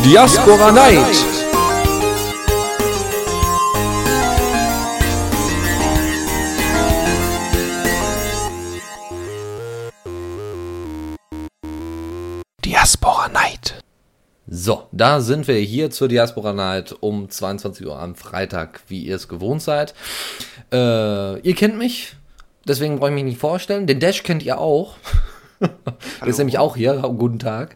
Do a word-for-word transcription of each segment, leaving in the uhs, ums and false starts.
Diaspora Night. Diaspora Night. So, da sind wir hier zur Diaspora Night um zweiundzwanzig Uhr am Freitag, wie ihr es gewohnt seid. Äh, ihr kennt mich, deswegen brauche ich mich nicht vorstellen. Den Dash kennt ihr auch. Der ist nämlich auch hier. Guten Tag.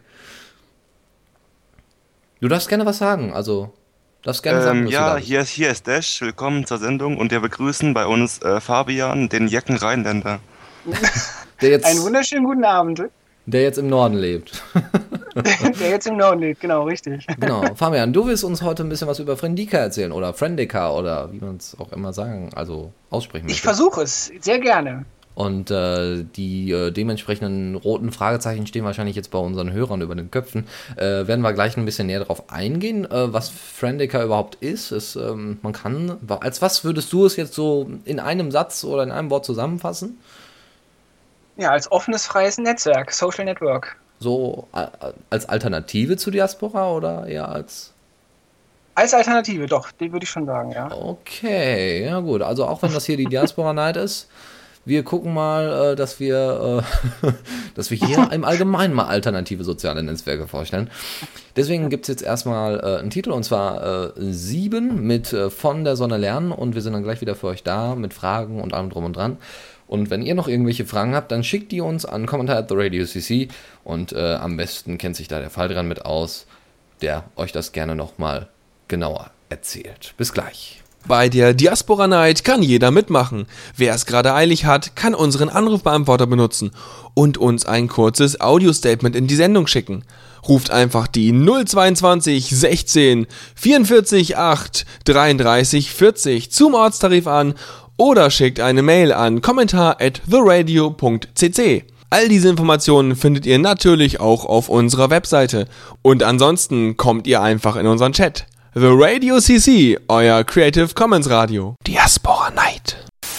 Du darfst gerne was sagen, also darfst gerne ähm, sagen, was Ja, du hier ist, hier ist Dash, willkommen zur Sendung und wir begrüßen bei uns äh, Fabian, den Jecken Rheinländer. der jetzt, Einen wunderschönen guten Abend. Der jetzt im Norden lebt. Der jetzt im Norden lebt, genau, richtig. Genau, Fabian, du willst uns heute ein bisschen was über Friendika erzählen oder Friendika oder wie man es auch immer sagen, also aussprechen möchte. Ich versuche es, sehr gerne. Und äh, die äh, dementsprechenden roten Fragezeichen stehen wahrscheinlich jetzt bei unseren Hörern über den Köpfen. Äh, werden wir gleich ein bisschen näher darauf eingehen, äh, was Friendika überhaupt ist. ist ähm, man kann, als was würdest du es jetzt so in einem Satz oder in einem Wort zusammenfassen? Ja, als offenes, freies Netzwerk, Social Network. So äh, als Alternative zu Diaspora oder eher als... Als Alternative, doch, die würde ich schon sagen, ja. Okay, ja gut. Also auch wenn das hier die Diaspora Night ist, wir gucken mal, dass wir, dass wir hier im Allgemeinen mal alternative soziale Netzwerke vorstellen. Deswegen gibt es jetzt erstmal einen Titel, und zwar sieben mit Von der Sonne lernen, und wir sind dann gleich wieder für euch da mit Fragen und allem drum und dran. Und wenn ihr noch irgendwelche Fragen habt, dann schickt die uns an Kommentar at the radio c c, und äh, am besten kennt sich da der Fall dran mit aus, der euch das gerne nochmal genauer erzählt. Bis gleich. Bei der Diaspora Night kann jeder mitmachen. Wer es gerade eilig hat, kann unseren Anrufbeantworter benutzen und uns ein kurzes Audio-Statement in die Sendung schicken. Ruft einfach die null zweiundzwanzig sechzehn vierundvierzig acht dreiunddreißig vierzig zum Ortstarif an oder schickt eine Mail an kommentar at the radio punkt c c. All diese Informationen findet ihr natürlich auch auf unserer Webseite. Und ansonsten kommt ihr einfach in unseren Chat. The Radio C C, euer Creative Commons Radio. Diaspora Night.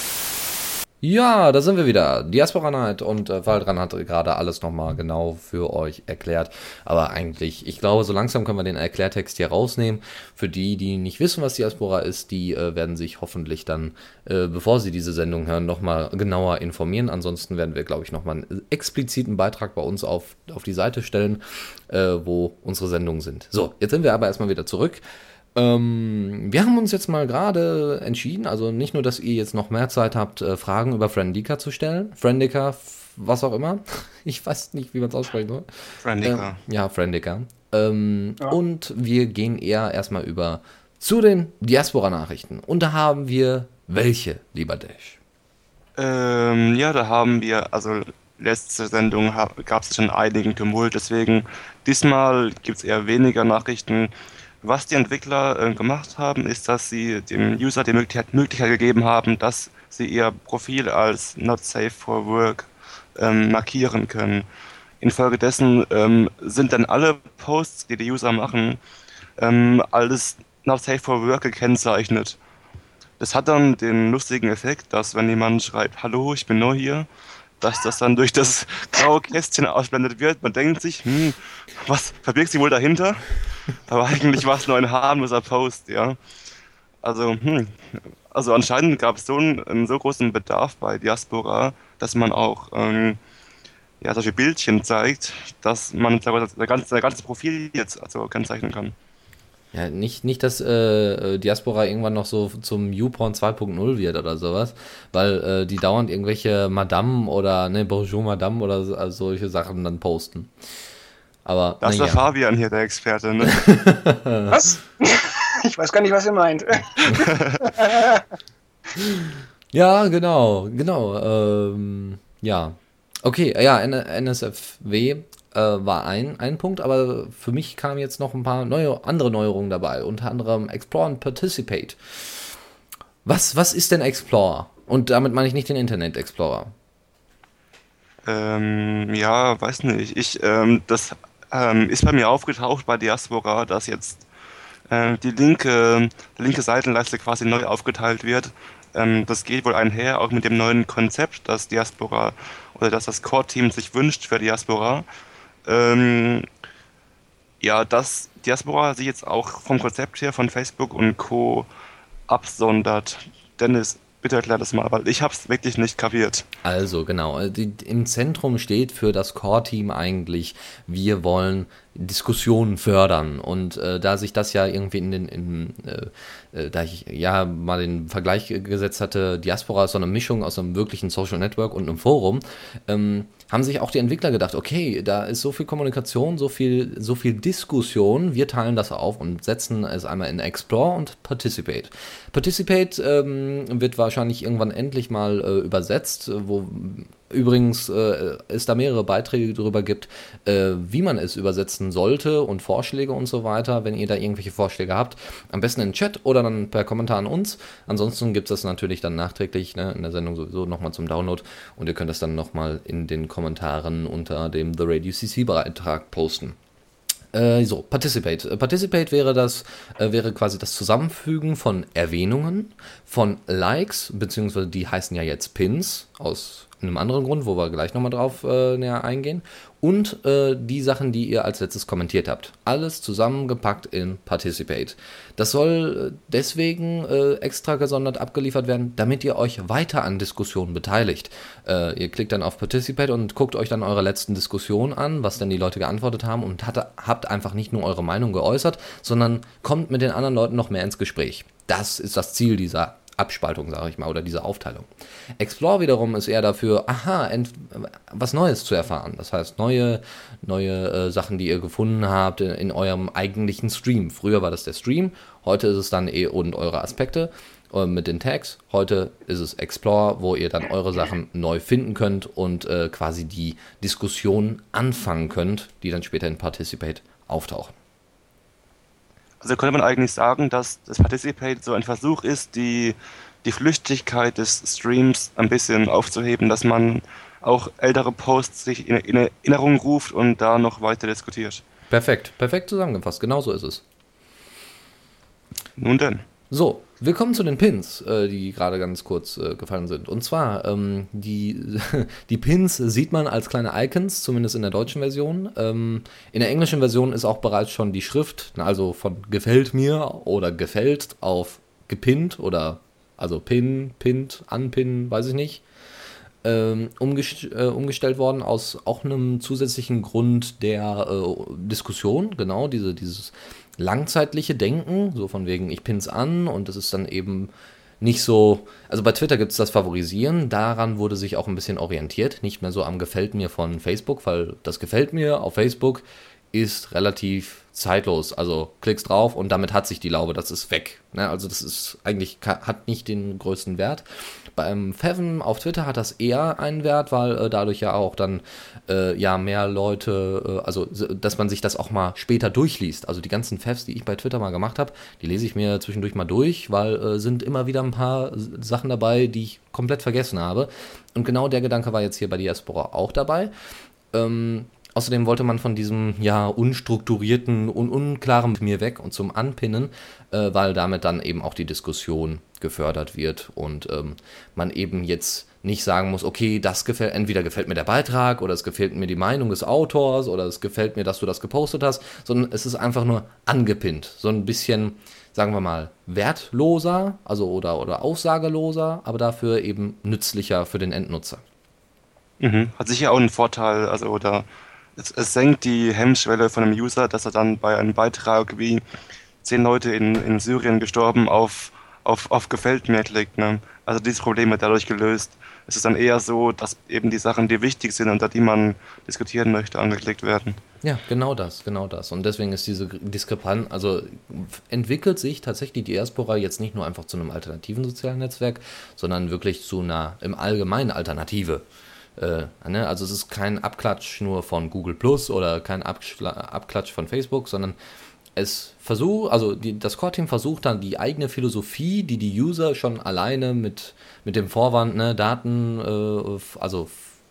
Ja, da sind wir wieder. Diaspora Night, und äh, Waldran hat gerade alles nochmal genau für euch erklärt. Aber eigentlich, ich glaube, so langsam können wir den Erklärtext hier rausnehmen. Für die, die nicht wissen, was Diaspora ist, die äh, werden sich hoffentlich dann, äh, bevor sie diese Sendung hören, nochmal genauer informieren. Ansonsten werden wir, glaube ich, nochmal einen expliziten Beitrag bei uns auf, auf die Seite stellen, äh, wo unsere Sendungen sind. So, jetzt sind wir aber erstmal wieder zurück. Ähm, wir haben uns jetzt mal gerade entschieden, also nicht nur, dass ihr jetzt noch mehr Zeit habt, äh, Fragen über Friendika zu stellen. Friendika, f- was auch immer. Ich weiß nicht, wie man es aussprechen soll. Friendika. Ähm, ja, Friendika. Ähm, Ja. Und wir gehen eher erstmal über zu den Diaspora-Nachrichten. Und da haben wir welche, lieber Dash? Ähm, ja, da haben wir, also letzte Sendung gab es schon einigen Tumult, deswegen diesmal gibt es eher weniger Nachrichten. Was die Entwickler äh, gemacht haben, ist, dass sie dem User die Möglichkeit, Möglichkeit gegeben haben, dass sie ihr Profil als Not Safe for Work ähm, markieren können. Infolgedessen ähm, sind dann alle Posts, die die User machen, ähm, als Not Safe for Work gekennzeichnet. Das hat dann den lustigen Effekt, dass wenn jemand schreibt, hallo, ich bin neu hier, dass das dann durch das graue Kästchen ausblendet wird. Man denkt sich, hm, was verbirgt sich wohl dahinter? Aber eigentlich war es nur ein harmloser Post, ja. Also, hm, also anscheinend gab es so einen, einen so großen Bedarf bei Diaspora, dass man auch ähm, ja, solche Bildchen zeigt, dass man das ganze, das ganze Profil jetzt also kennzeichnen kann. Ja, nicht, nicht dass äh, Diaspora irgendwann noch so zum YouPorn zwei Punkt null wird oder sowas, weil äh, die dauernd irgendwelche Madame oder, ne, Bonjour Madame oder so, also solche Sachen dann posten. Aber, Da ist na der ja. Fabian hier, der Experte, ne? Was? Ich weiß gar nicht, was ihr meint. Ja, genau, genau. Ähm, ja. Okay, ja, N S F W äh, war ein, ein Punkt, aber für mich kamen jetzt noch ein paar neue, andere Neuerungen dabei, unter anderem Explore und Participate. Was, was ist denn Explore? Und damit meine ich nicht den Internet Explorer. Ähm, ja, weiß nicht. Ich, ähm, das ähm, ist bei mir aufgetaucht bei Diaspora, dass jetzt äh, die linke, die linke Seitenleiste quasi neu aufgeteilt wird. Ähm, das geht wohl einher auch mit dem neuen Konzept, das Diaspora oder dass das Core-Team sich wünscht für Diaspora. Ähm, Ja, dass Diaspora sich jetzt auch vom Konzept her von Facebook und Co. absondert. Dennis, bitte erklär das mal, weil ich habe es wirklich nicht kapiert. Also genau, die, im Zentrum steht für das Core-Team eigentlich, wir wollen Diskussionen fördern und äh, da sich das ja irgendwie in den, in, äh, da ich ja mal den Vergleich gesetzt hatte, Diaspora ist so eine Mischung aus einem wirklichen Social Network und einem Forum, ähm, haben sich auch die Entwickler gedacht, okay, da ist so viel Kommunikation, so viel, so viel Diskussion, wir teilen das auf und setzen es einmal in Explore und Participate. Participate ähm, wird wahrscheinlich irgendwann endlich mal äh, übersetzt, wo übrigens äh, es da mehrere Beiträge darüber gibt, äh, wie man es übersetzen sollte und Vorschläge und so weiter. Wenn ihr da irgendwelche Vorschläge habt, am besten in den Chat oder dann per Kommentar an uns. Ansonsten gibt es das natürlich dann nachträglich, ne, in der Sendung sowieso nochmal zum Download und ihr könnt das dann nochmal in den Kommentaren unter dem The Radio C C Beitrag posten. Äh, so, Participate. Participate wäre das, äh, wäre quasi das Zusammenfügen von Erwähnungen, von Likes, beziehungsweise die heißen ja jetzt Pins, aus einem anderen Grund, wo wir gleich nochmal drauf äh, näher eingehen, und äh, die Sachen, die ihr als letztes kommentiert habt. Alles zusammengepackt in Participate. Das soll deswegen äh, extra gesondert abgeliefert werden, damit ihr euch weiter an Diskussionen beteiligt. Äh, ihr klickt dann auf Participate und guckt euch dann eure letzten Diskussionen an, was denn die Leute geantwortet haben und hatte, habt einfach nicht nur eure Meinung geäußert, sondern kommt mit den anderen Leuten noch mehr ins Gespräch. Das ist das Ziel dieser Abspaltung, sage ich mal, oder diese Aufteilung. Explore wiederum ist eher dafür, aha, ent- was Neues zu erfahren. Das heißt, neue, neue äh, Sachen, die ihr gefunden habt in, in eurem eigentlichen Stream. Früher war das der Stream, heute ist es dann eh und eure Aspekte äh, mit den Tags. Heute ist es Explore, wo ihr dann eure Sachen neu finden könnt und äh, quasi die Diskussion anfangen könnt, die dann später in Participate auftauchen. Also könnte man eigentlich sagen, dass das Participate so ein Versuch ist, die, die Flüchtigkeit des Streams ein bisschen aufzuheben, dass man auch ältere Posts sich in, in Erinnerung ruft und da noch weiter diskutiert. Perfekt, perfekt zusammengefasst, genau so ist es. Nun denn. So, wir kommen zu den Pins, äh, die gerade ganz kurz äh, gefallen sind. Und zwar, ähm, die, die Pins sieht man als kleine Icons, zumindest in der deutschen Version. Ähm, in der englischen Version ist auch bereits schon die Schrift, also von gefällt mir oder gefällt auf gepinnt oder also pin, pinnt, anpinnen, weiß ich nicht, ähm, umgest- äh, umgestellt worden aus auch einem zusätzlichen Grund der äh, Diskussion, genau, diese, dieses langzeitliche Denken, so von wegen, ich pin's an und das ist dann eben nicht so, also bei Twitter gibt es das Favorisieren, daran wurde sich auch ein bisschen orientiert, nicht mehr so am Gefällt mir von Facebook, weil das Gefällt mir auf Facebook ist relativ zeitlos, also klickst drauf und damit hat sich die Laube, das ist weg, ne? Also das ist eigentlich, hat nicht den größten Wert. Beim Faven auf Twitter hat das eher einen Wert, weil äh, dadurch ja auch dann äh, ja mehr Leute, äh, also dass man sich das auch mal später durchliest. Also die ganzen Favs, die ich bei Twitter mal gemacht habe, die lese ich mir zwischendurch mal durch, weil äh, sind immer wieder ein paar Sachen dabei, die ich komplett vergessen habe. Und genau der Gedanke war jetzt hier bei Diaspora auch dabei. Ähm, Außerdem wollte man von diesem ja unstrukturierten und unklaren mir weg und zum Anpinnen, äh, weil damit dann eben auch die Diskussion gefördert wird und ähm, man eben jetzt nicht sagen muss, okay, das gefällt, entweder gefällt mir der Beitrag oder es gefällt mir die Meinung des Autors oder es gefällt mir, dass du das gepostet hast, sondern es ist einfach nur angepinnt, so ein bisschen, sagen wir mal, wertloser, also oder, oder aussageloser, aber dafür eben nützlicher für den Endnutzer. Mhm. Hat sicher auch einen Vorteil, also oder es, es senkt die Hemmschwelle von einem User, dass er dann bei einem Beitrag wie zehn Leute in, in Syrien gestorben auf, auf, auf Gefällt mir klickt. Ne? Also dieses Problem wird dadurch gelöst. Es ist dann eher so, dass eben die Sachen, die wichtig sind, unter die man diskutieren möchte, angeklickt werden. Ja, genau das, genau das. Und deswegen ist diese Diskrepanz, also entwickelt sich tatsächlich die Diaspora jetzt nicht nur einfach zu einem alternativen sozialen Netzwerk, sondern wirklich zu einer im Allgemeinen Alternative. Äh, ne? Also es ist kein Abklatsch nur von Google Plus oder kein Abschla- Abklatsch von Facebook, sondern es versucht, also die, das Core-Team versucht dann die eigene Philosophie, die die User schon alleine mit, mit dem Vorwand, ne, Daten, äh, also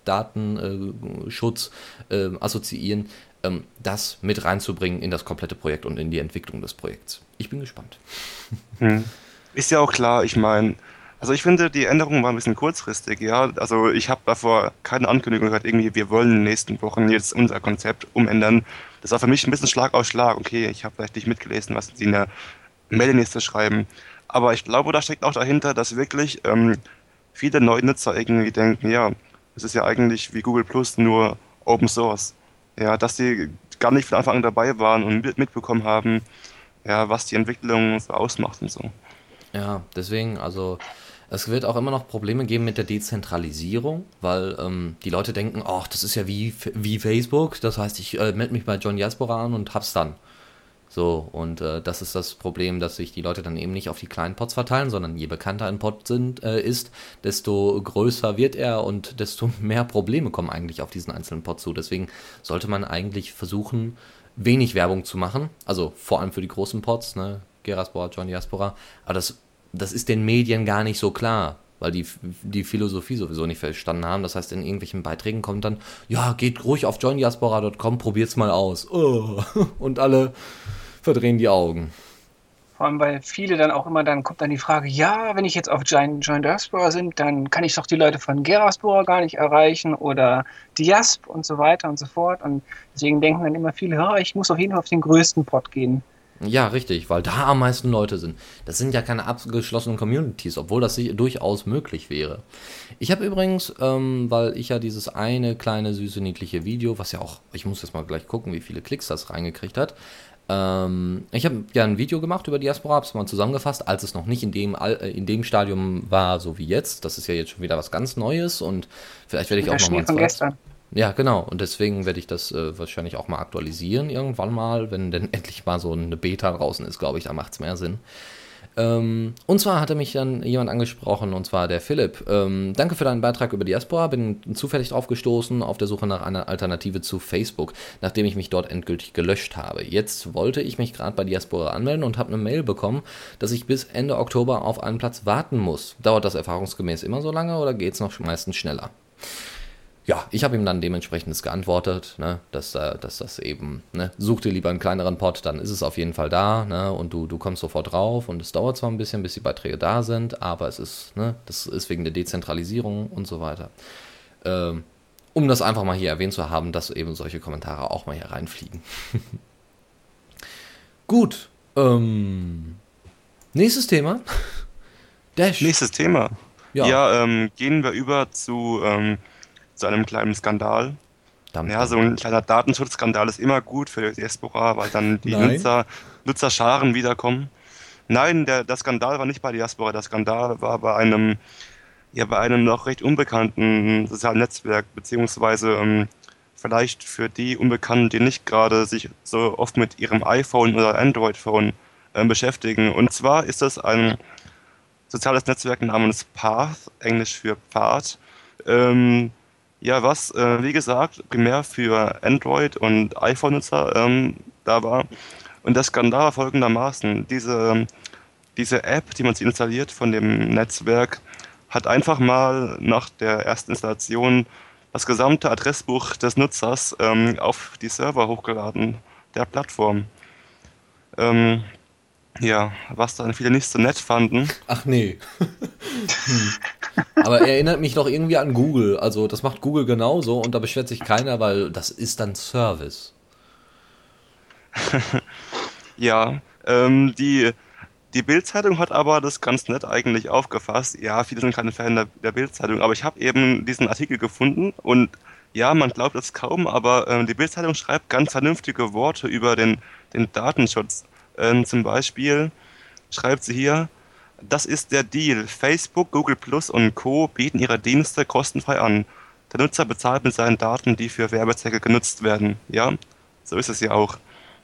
Datenschutz äh, äh, assoziieren, ähm, das mit reinzubringen in das komplette Projekt und in die Entwicklung des Projekts. Ich bin gespannt. Hm. Ist ja auch klar, ich meine, also ich finde, die Änderung war ein bisschen kurzfristig, ja. Also ich habe davor keine Ankündigung gehört, irgendwie, wir wollen in den nächsten Wochen jetzt unser Konzept umändern. Das war für mich ein bisschen Schlag auf Schlag. Okay, ich habe vielleicht nicht mitgelesen, was sie in der Mailingliste schreiben. Aber ich glaube, da steckt auch dahinter, dass wirklich ähm, viele neue Nutzer irgendwie denken, ja, es ist ja eigentlich wie Google Plus, nur Open Source. Ja, dass sie gar nicht von Anfang an dabei waren und mit, mitbekommen haben, ja, was die Entwicklung so ausmacht und so. Ja, deswegen, also es wird auch immer noch Probleme geben mit der Dezentralisierung, weil ähm, die Leute denken, ach, das ist ja wie, wie Facebook, das heißt, ich äh, melde mich bei John Diaspora an und hab's dann. So, und äh, das ist das Problem, dass sich die Leute dann eben nicht auf die kleinen Pods verteilen, sondern je bekannter ein Pod sind, äh, ist, desto größer wird er und desto mehr Probleme kommen eigentlich auf diesen einzelnen Pod zu. Deswegen sollte man eigentlich versuchen, wenig Werbung zu machen, also vor allem für die großen Pods, ne, Geraspora, John Diaspora, aber das, das ist den Medien gar nicht so klar, weil die die Philosophie sowieso nicht verstanden haben. Das heißt, in irgendwelchen Beiträgen kommt dann, ja, geht ruhig auf join diaspora punkt com, probiert's mal aus. Oh. Und alle verdrehen die Augen. Vor allem, weil viele dann auch immer, dann kommt dann die Frage, ja, wenn ich jetzt auf Join, Join Diaspora sind, dann kann ich doch die Leute von Geraspora gar nicht erreichen oder Diasp und so weiter und so fort. Und deswegen denken dann immer viele, ja, ich muss auf jeden Fall auf den größten Pod gehen. Ja, richtig, weil da am meisten Leute sind. Das sind ja keine abgeschlossenen Communities, obwohl das durchaus möglich wäre. Ich habe übrigens, ähm, weil ich ja dieses eine kleine, süße, niedliche Video, was ja auch, ich muss jetzt mal gleich gucken, wie viele Klicks das reingekriegt hat, ähm, ich habe ja ein Video gemacht über Diaspora, habe es mal zusammengefasst, als es noch nicht in dem, in dem Stadium war, so wie jetzt. Das ist ja jetzt schon wieder was ganz Neues und vielleicht werde ich auch noch mal von gestern. Ja, genau. Und deswegen werde ich das äh, wahrscheinlich auch mal aktualisieren irgendwann mal, wenn denn endlich mal so eine Beta draußen ist, glaube ich, da macht es mehr Sinn. Ähm, und zwar hatte mich dann jemand angesprochen, und zwar der Philipp. Ähm, danke für deinen Beitrag über Diaspora. Bin zufällig drauf gestoßen auf der Suche nach einer Alternative zu Facebook, nachdem ich mich dort endgültig gelöscht habe. Jetzt wollte ich mich gerade bei Diaspora anmelden und habe eine Mail bekommen, dass ich bis Ende Oktober auf einen Platz warten muss. Dauert das erfahrungsgemäß immer so lange oder geht es noch meistens schneller? Ja, ich habe ihm dann dementsprechend geantwortet, ne, dass, äh, dass das eben, ne, such dir lieber einen kleineren Pod, dann ist es auf jeden Fall da, ne, und du, du kommst sofort drauf und es dauert zwar ein bisschen, bis die Beiträge da sind, aber es ist, ne, das ist wegen der Dezentralisierung und so weiter. Ähm, um das einfach mal hier erwähnt zu haben, dass eben solche Kommentare auch mal hier reinfliegen. Gut, ähm, nächstes Thema. Dash. Nächstes Thema. Ja, ja ähm, gehen wir über zu, ähm, zu einem kleinen Skandal. Damit ja, so ein kleiner Datenschutzskandal ist immer gut für die Diaspora, weil dann die Nutzer, Nutzerscharen wiederkommen. Nein, der, der Skandal war nicht bei Diaspora, der Skandal war bei einem, ja, bei einem noch recht unbekannten sozialen Netzwerk, beziehungsweise ähm, vielleicht für die Unbekannten, die nicht gerade sich so oft mit ihrem iPhone oder Android-Phone äh, beschäftigen. Und zwar ist das ein soziales Netzwerk namens Path, englisch für Pfad. Ähm, ja, was, äh, wie gesagt, primär für Android- und iPhone-Nutzer ähm, da war. Und der Skandal war folgendermaßen: Diese, diese App, die man sich installiert von dem Netzwerk, hat einfach mal nach der ersten Installation das gesamte Adressbuch des Nutzers ähm, auf die Server hochgeladen, der Plattform. Ähm, ja, was dann viele nicht so nett fanden. Ach nee. hm. Aber er erinnert mich doch irgendwie an Google. Also das macht Google genauso und da beschwert sich keiner, weil das ist dann Service. ja, ähm, die, die Bild-Zeitung hat aber das ganz nett eigentlich aufgefasst. Ja, viele sind keine Fan der, der Bild-Zeitung, aber ich habe eben diesen Artikel gefunden und ja, man glaubt es kaum, aber ähm, die Bild-Zeitung schreibt ganz vernünftige Worte über den, den Datenschutz. Ähm, zum Beispiel schreibt sie hier: Das ist der Deal. Facebook, Google Plus und Co. bieten ihre Dienste kostenfrei an. Der Nutzer bezahlt mit seinen Daten, die für Werbezwecke genutzt werden. Ja, so ist es ja auch.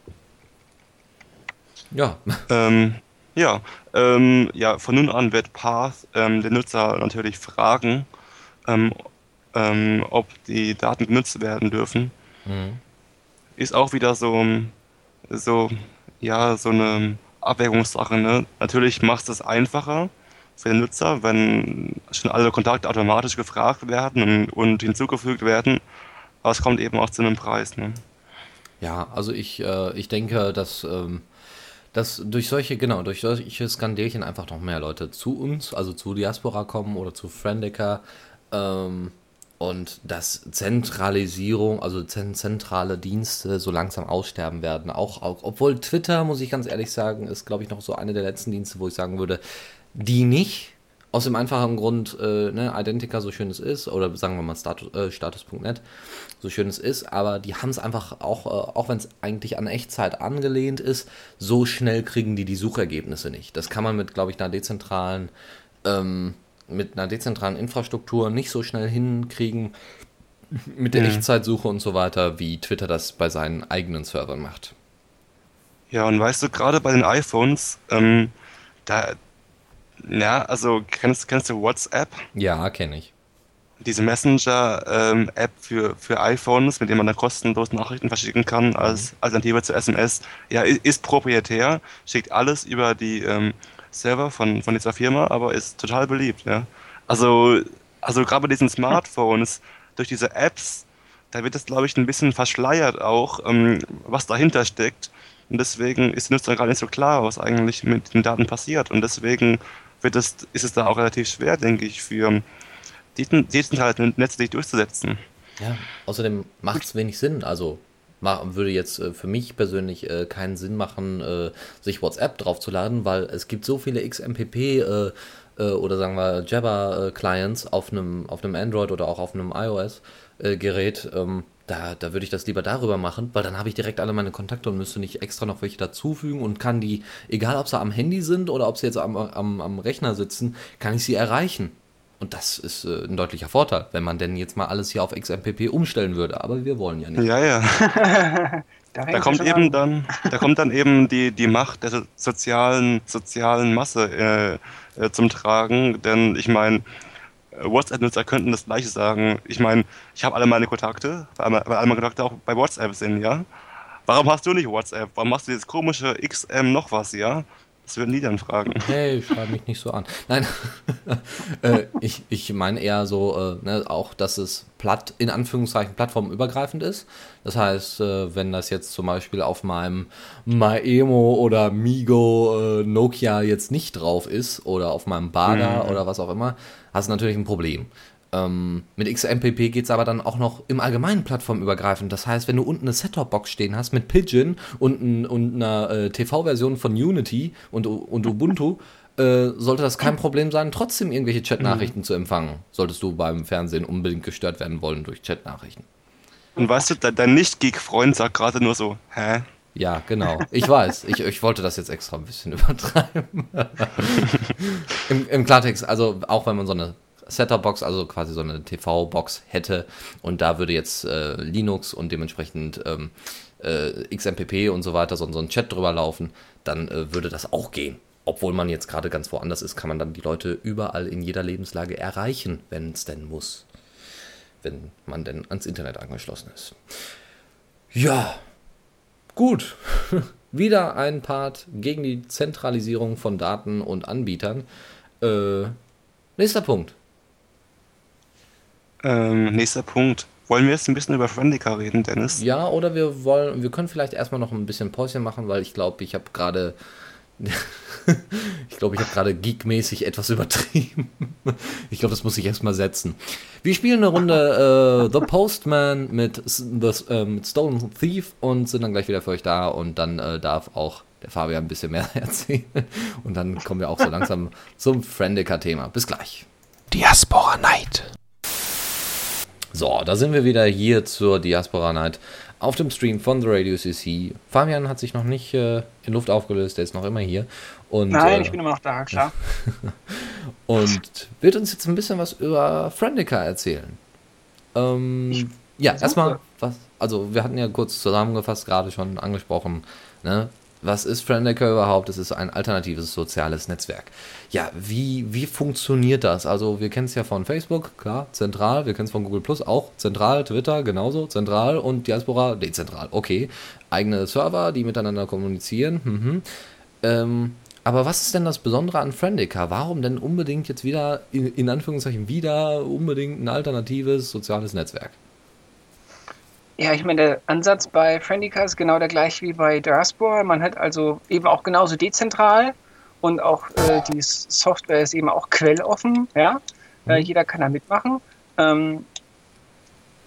Ja. Ähm, ja, ähm, ja, von nun an wird Path ähm, den Nutzer natürlich fragen, ähm, ähm, ob die Daten genutzt werden dürfen. Mhm. Ist auch wieder so, so, ja, so eine Abwägungssache, ne? Natürlich macht es einfacher für den Nutzer, wenn schon alle Kontakte automatisch gefragt werden und, und hinzugefügt werden, aber es kommt eben auch zu einem Preis, ne? Ja, also ich, äh, ich denke, dass, ähm, dass durch solche, genau, durch solche Skandelchen einfach noch mehr Leute zu uns, also zu Diaspora kommen oder zu Friendica, ähm, und dass Zentralisierung, also zentrale Dienste so langsam aussterben werden. Auch, auch, obwohl Twitter, muss ich ganz ehrlich sagen, ist, glaube ich, noch so eine der letzten Dienste, wo ich sagen würde, die nicht. Aus dem einfachen Grund, äh, ne, Identica, so schön es ist, oder sagen wir mal Status, äh, Status Punkt net, so schön es ist, aber die haben es einfach auch, äh, auch wenn es eigentlich an Echtzeit angelehnt ist, so schnell kriegen die die Suchergebnisse nicht. Das kann man mit, glaube ich, einer dezentralen, ähm, mit einer dezentralen Infrastruktur nicht so schnell hinkriegen, mit der mhm. Echtzeitsuche und so weiter, wie Twitter das bei seinen eigenen Servern macht. Ja, und weißt du, gerade bei den iPhones, ähm, da, ja, also kennst, kennst du WhatsApp? Ja, kenne ich. Diese Messenger-App ähm, für, für iPhones, mit dem man dann kostenlos Nachrichten verschicken kann als Alternative zu S M S, ja, ist, ist proprietär, schickt alles über die ähm, Server von, von dieser Firma, aber ist total beliebt, ja. Also, also gerade bei diesen Smartphones, durch diese Apps, da wird es, glaube ich, ein bisschen verschleiert auch, ähm, was dahinter steckt. Und deswegen ist den Nutzern gar nicht so klar, was eigentlich mit den Daten passiert. Und deswegen wird es, ist es da auch relativ schwer, denke ich, für dezentrale Netze sich durchzusetzen. Ja, außerdem macht es wenig Sinn. Also würde jetzt äh, für mich persönlich äh, keinen Sinn machen, äh, sich WhatsApp draufzuladen, weil es gibt so viele X M P P äh, äh, oder sagen wir Jabber-Clients auf einem auf einem Android oder auch auf einem iOS-Gerät. Ähm, da, da würde ich das lieber darüber machen, weil dann habe ich direkt alle meine Kontakte und müsste nicht extra noch welche dazufügen und kann die, egal ob sie am Handy sind oder ob sie jetzt am, am, am Rechner sitzen, kann ich sie erreichen. Und das ist äh, ein deutlicher Vorteil, wenn man denn jetzt mal alles hier auf X M P P umstellen würde. Aber wir wollen ja nicht. Ja, ja. da, da kommt eben an. dann, da kommt dann eben die, die Macht der sozialen, sozialen Masse äh, äh, zum Tragen. Denn ich meine, WhatsApp-Nutzer könnten das Gleiche sagen. Ich meine, ich habe alle meine Kontakte, weil alle meine Kontakte auch bei WhatsApp sind, ja. Warum hast du nicht WhatsApp? Warum machst du dieses komische X M noch was, ja? Das würden die dann fragen. Hey, schreib mich nicht so an. Nein, äh, ich, ich meine eher so, äh, ne, auch, dass es platt, in Anführungszeichen plattformübergreifend ist. Das heißt, äh, wenn das jetzt zum Beispiel auf meinem Maemo oder Migo äh, Nokia jetzt nicht drauf ist oder auf meinem Bada mhm. oder was auch immer, hast du natürlich ein Problem. Ähm, mit X M P P geht es aber dann auch noch im Allgemeinen plattformübergreifend. Das heißt, wenn du unten eine Set-Top-Box stehen hast mit Pidgin und, ein, und einer äh, T V-Version von Unity und, und Ubuntu, äh, sollte das kein Problem sein, trotzdem irgendwelche Chat-Nachrichten mhm. zu empfangen. Solltest du beim Fernsehen unbedingt gestört werden wollen durch Chat-Nachrichten. Und weißt du, dein Nicht-Geek-Freund sagt gerade nur so, hä? Ja, genau. Ich weiß. Ich, ich wollte das jetzt extra ein bisschen übertreiben. Im, Im Klartext, also auch wenn man so eine Set-Top-Box, also quasi so eine T V-Box hätte und da würde jetzt äh, Linux und dementsprechend ähm, äh, X M P P und so weiter, so, so ein Chat drüber laufen, dann äh, würde das auch gehen. Obwohl man jetzt gerade ganz woanders ist, kann man dann die Leute überall in jeder Lebenslage erreichen, wenn es denn muss. Wenn man denn ans Internet angeschlossen ist. Ja, gut. Wieder ein Part gegen die Zentralisierung von Daten und Anbietern. Äh, nächster Punkt. Ähm, nächster Punkt. Wollen wir jetzt ein bisschen über Friendica reden, Dennis? Ja, oder wir wollen, wir können vielleicht erstmal noch ein bisschen Päuschen machen, weil ich glaube, ich habe gerade ich glaube, ich habe gerade geekmäßig etwas übertrieben. Ich glaube, das muss ich erstmal setzen. Wir spielen eine Runde äh, The Postman mit, the, äh, mit Stolen Thief und sind dann gleich wieder für euch da und dann äh, darf auch der Fabian ein bisschen mehr erzählen und dann kommen wir auch so langsam zum Friendica-Thema. Bis gleich. Diaspora Night. So, da sind wir wieder hier zur Diaspora Night auf dem Stream von The Radio C C. Fabian hat sich noch nicht äh, in Luft aufgelöst, der ist noch immer hier. Und, Nein, äh, ich bin immer noch da, klar. Und wird uns jetzt ein bisschen was über Friendica erzählen. Ähm, ich ja, erstmal, was, also wir hatten ja kurz zusammengefasst gerade schon angesprochen, ne? Was ist Friendica überhaupt? Es ist ein alternatives soziales Netzwerk. Ja, wie, wie funktioniert das? Also wir kennen es ja von Facebook, klar, zentral. Wir kennen es von Google Plus auch zentral, Twitter genauso, zentral und Diaspora dezentral. Okay, eigene Server, die miteinander kommunizieren. Mhm. Ähm, aber was ist denn das Besondere an Friendica? Warum denn unbedingt jetzt wieder, in, in Anführungszeichen wieder, unbedingt ein alternatives soziales Netzwerk? Ja, ich meine, der Ansatz bei Friendica ist genau der gleiche wie bei Diaspora. Man hat also eben auch genauso dezentral und auch äh, die Software ist eben auch quelloffen. Ja? Mhm. Äh, jeder kann da mitmachen. Ähm,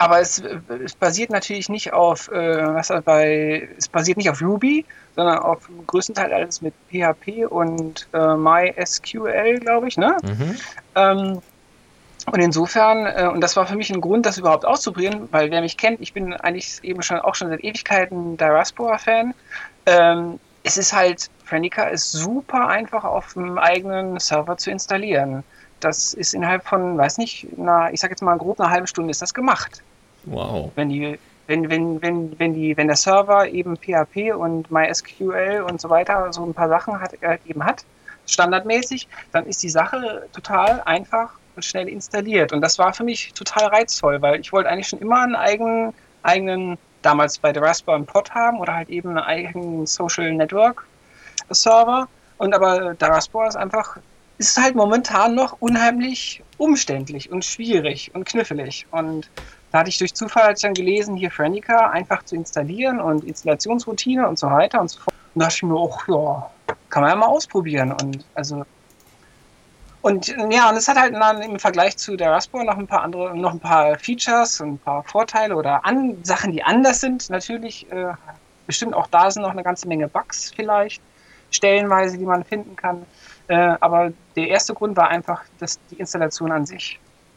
aber es, es basiert natürlich nicht auf, äh, was bei, es basiert nicht auf Ruby, sondern auf größtenteils alles mit P H P und äh, MySQL, glaube ich, ne? Mhm. Ähm, und insofern, äh, und das war für mich ein Grund, das überhaupt auszuprobieren, weil wer mich kennt, ich bin eigentlich eben schon auch schon seit Ewigkeiten Diaspora-Fan. Ähm, es ist halt, Friendica ist super einfach auf dem eigenen Server zu installieren. Das ist innerhalb von, weiß nicht, na, ich sag jetzt mal grob eine halbe Stunde ist das gemacht. Wow. Wenn die, wenn, wenn, wenn, wenn die, wenn der Server eben P H P und MySQL und so weiter so ein paar Sachen hat, äh, eben hat, standardmäßig, dann ist die Sache total einfach und schnell installiert. Und das war für mich total reizvoll, weil ich wollte eigentlich schon immer einen eigenen, eigenen, damals bei der Raspberry einen Pod haben oder halt eben einen eigenen Social Network Server. Und aber der Raspberry ist einfach, ist halt momentan noch unheimlich umständlich und schwierig und knifflig. Und da hatte ich durch Zufall als dann gelesen, hier Friendica einfach zu installieren und Installationsroutine und so weiter und so fort. Und da dachte ich mir, ach ja, kann man ja mal ausprobieren. Und also Und ja, und es hat halt dann im Vergleich zu der Raspberry noch ein paar andere, noch ein paar Features und ein paar Vorteile oder an, Sachen, die anders sind. Natürlich, äh, bestimmt auch da sind noch eine ganze Menge Bugs vielleicht, stellenweise, die man finden kann. Äh, aber der erste Grund war einfach das, die Installation an sich.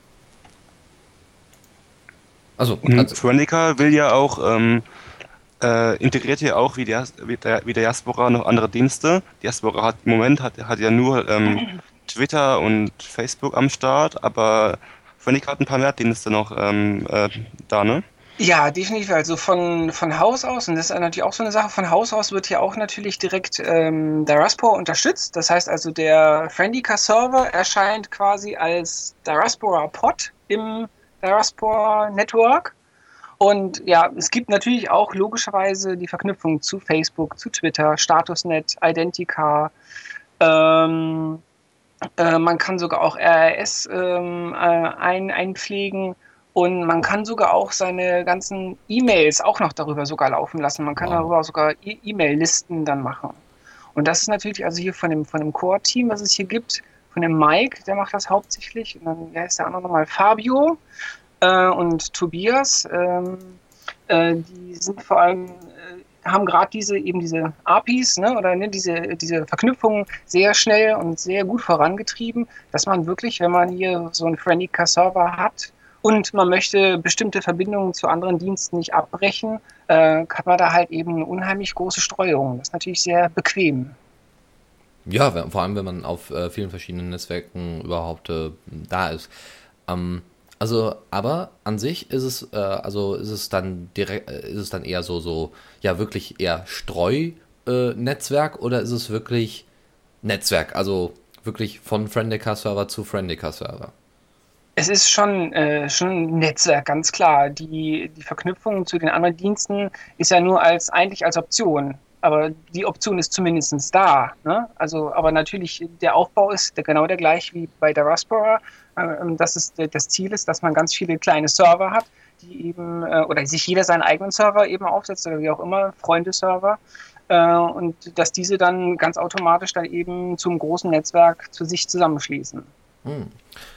Also, Und also Friendica will ja auch, ähm, äh, integriert ja auch wie der, wie der, wie der Diaspora noch andere Dienste. Diaspora hat im Moment hat, hat ja nur ähm, Twitter und Facebook am Start, aber Friendica hat ein paar mehr Dienste noch ähm, äh, da, ne? Ja, definitiv. Also von, von Haus aus, und das ist natürlich auch so eine Sache, von Haus aus wird hier auch natürlich direkt ähm, der Diaspora unterstützt. Das heißt also, der Friendica-Server erscheint quasi als Diaspora-Pod im Diaspora-Network. Und ja, es gibt natürlich auch logischerweise die Verknüpfung zu Facebook, zu Twitter, Statusnet, Identica. Ähm, äh, man kann sogar auch R R S ähm, äh, ein, einpflegen. Und man kann sogar auch seine ganzen E-Mails auch noch darüber sogar laufen lassen. Man kann Wow. darüber sogar E- E-Mail-Listen dann machen. Und das ist natürlich also hier von dem, von dem Core-Team, was es hier gibt, von dem Mike, der macht das hauptsächlich. Und dann, wer ist der andere nochmal? Fabio äh, und Tobias. Ähm, äh, die sind vor allem, äh, haben gerade diese, eben diese A P Is, ne, oder ne, diese, diese Verknüpfungen sehr schnell und sehr gut vorangetrieben, dass man wirklich, wenn man hier so einen Friendica-Server hat, und man möchte bestimmte Verbindungen zu anderen Diensten nicht abbrechen, äh, hat man da halt eben eine unheimlich große Streuung. Das ist natürlich sehr bequem. ja, wenn- vor allem wenn man auf äh, vielen verschiedenen Netzwerken überhaupt äh, da ist. Ähm, also, aber an sich ist es, äh, also ist es dann direkt, äh, ist es dann eher so, so, ja, wirklich eher Streu-Netzwerk oder ist es wirklich Netzwerk? Also wirklich von Friendica-Server zu Friendica-Server. Es ist schon, äh, schon ein Netzwerk, ganz klar. Die, die Verknüpfung zu den anderen Diensten ist ja nur als eigentlich als Option. Aber die Option ist zumindest da. Ne? Also, aber natürlich, der Aufbau ist der, genau der gleiche wie bei der Raspberry. Ähm, dass es das Ziel ist, dass man ganz viele kleine Server hat, die eben, äh, oder sich jeder seinen eigenen Server eben aufsetzt oder wie auch immer, Freunde-Server. Äh, und dass diese dann ganz automatisch dann eben zum großen Netzwerk zu sich zusammenschließen. Hm.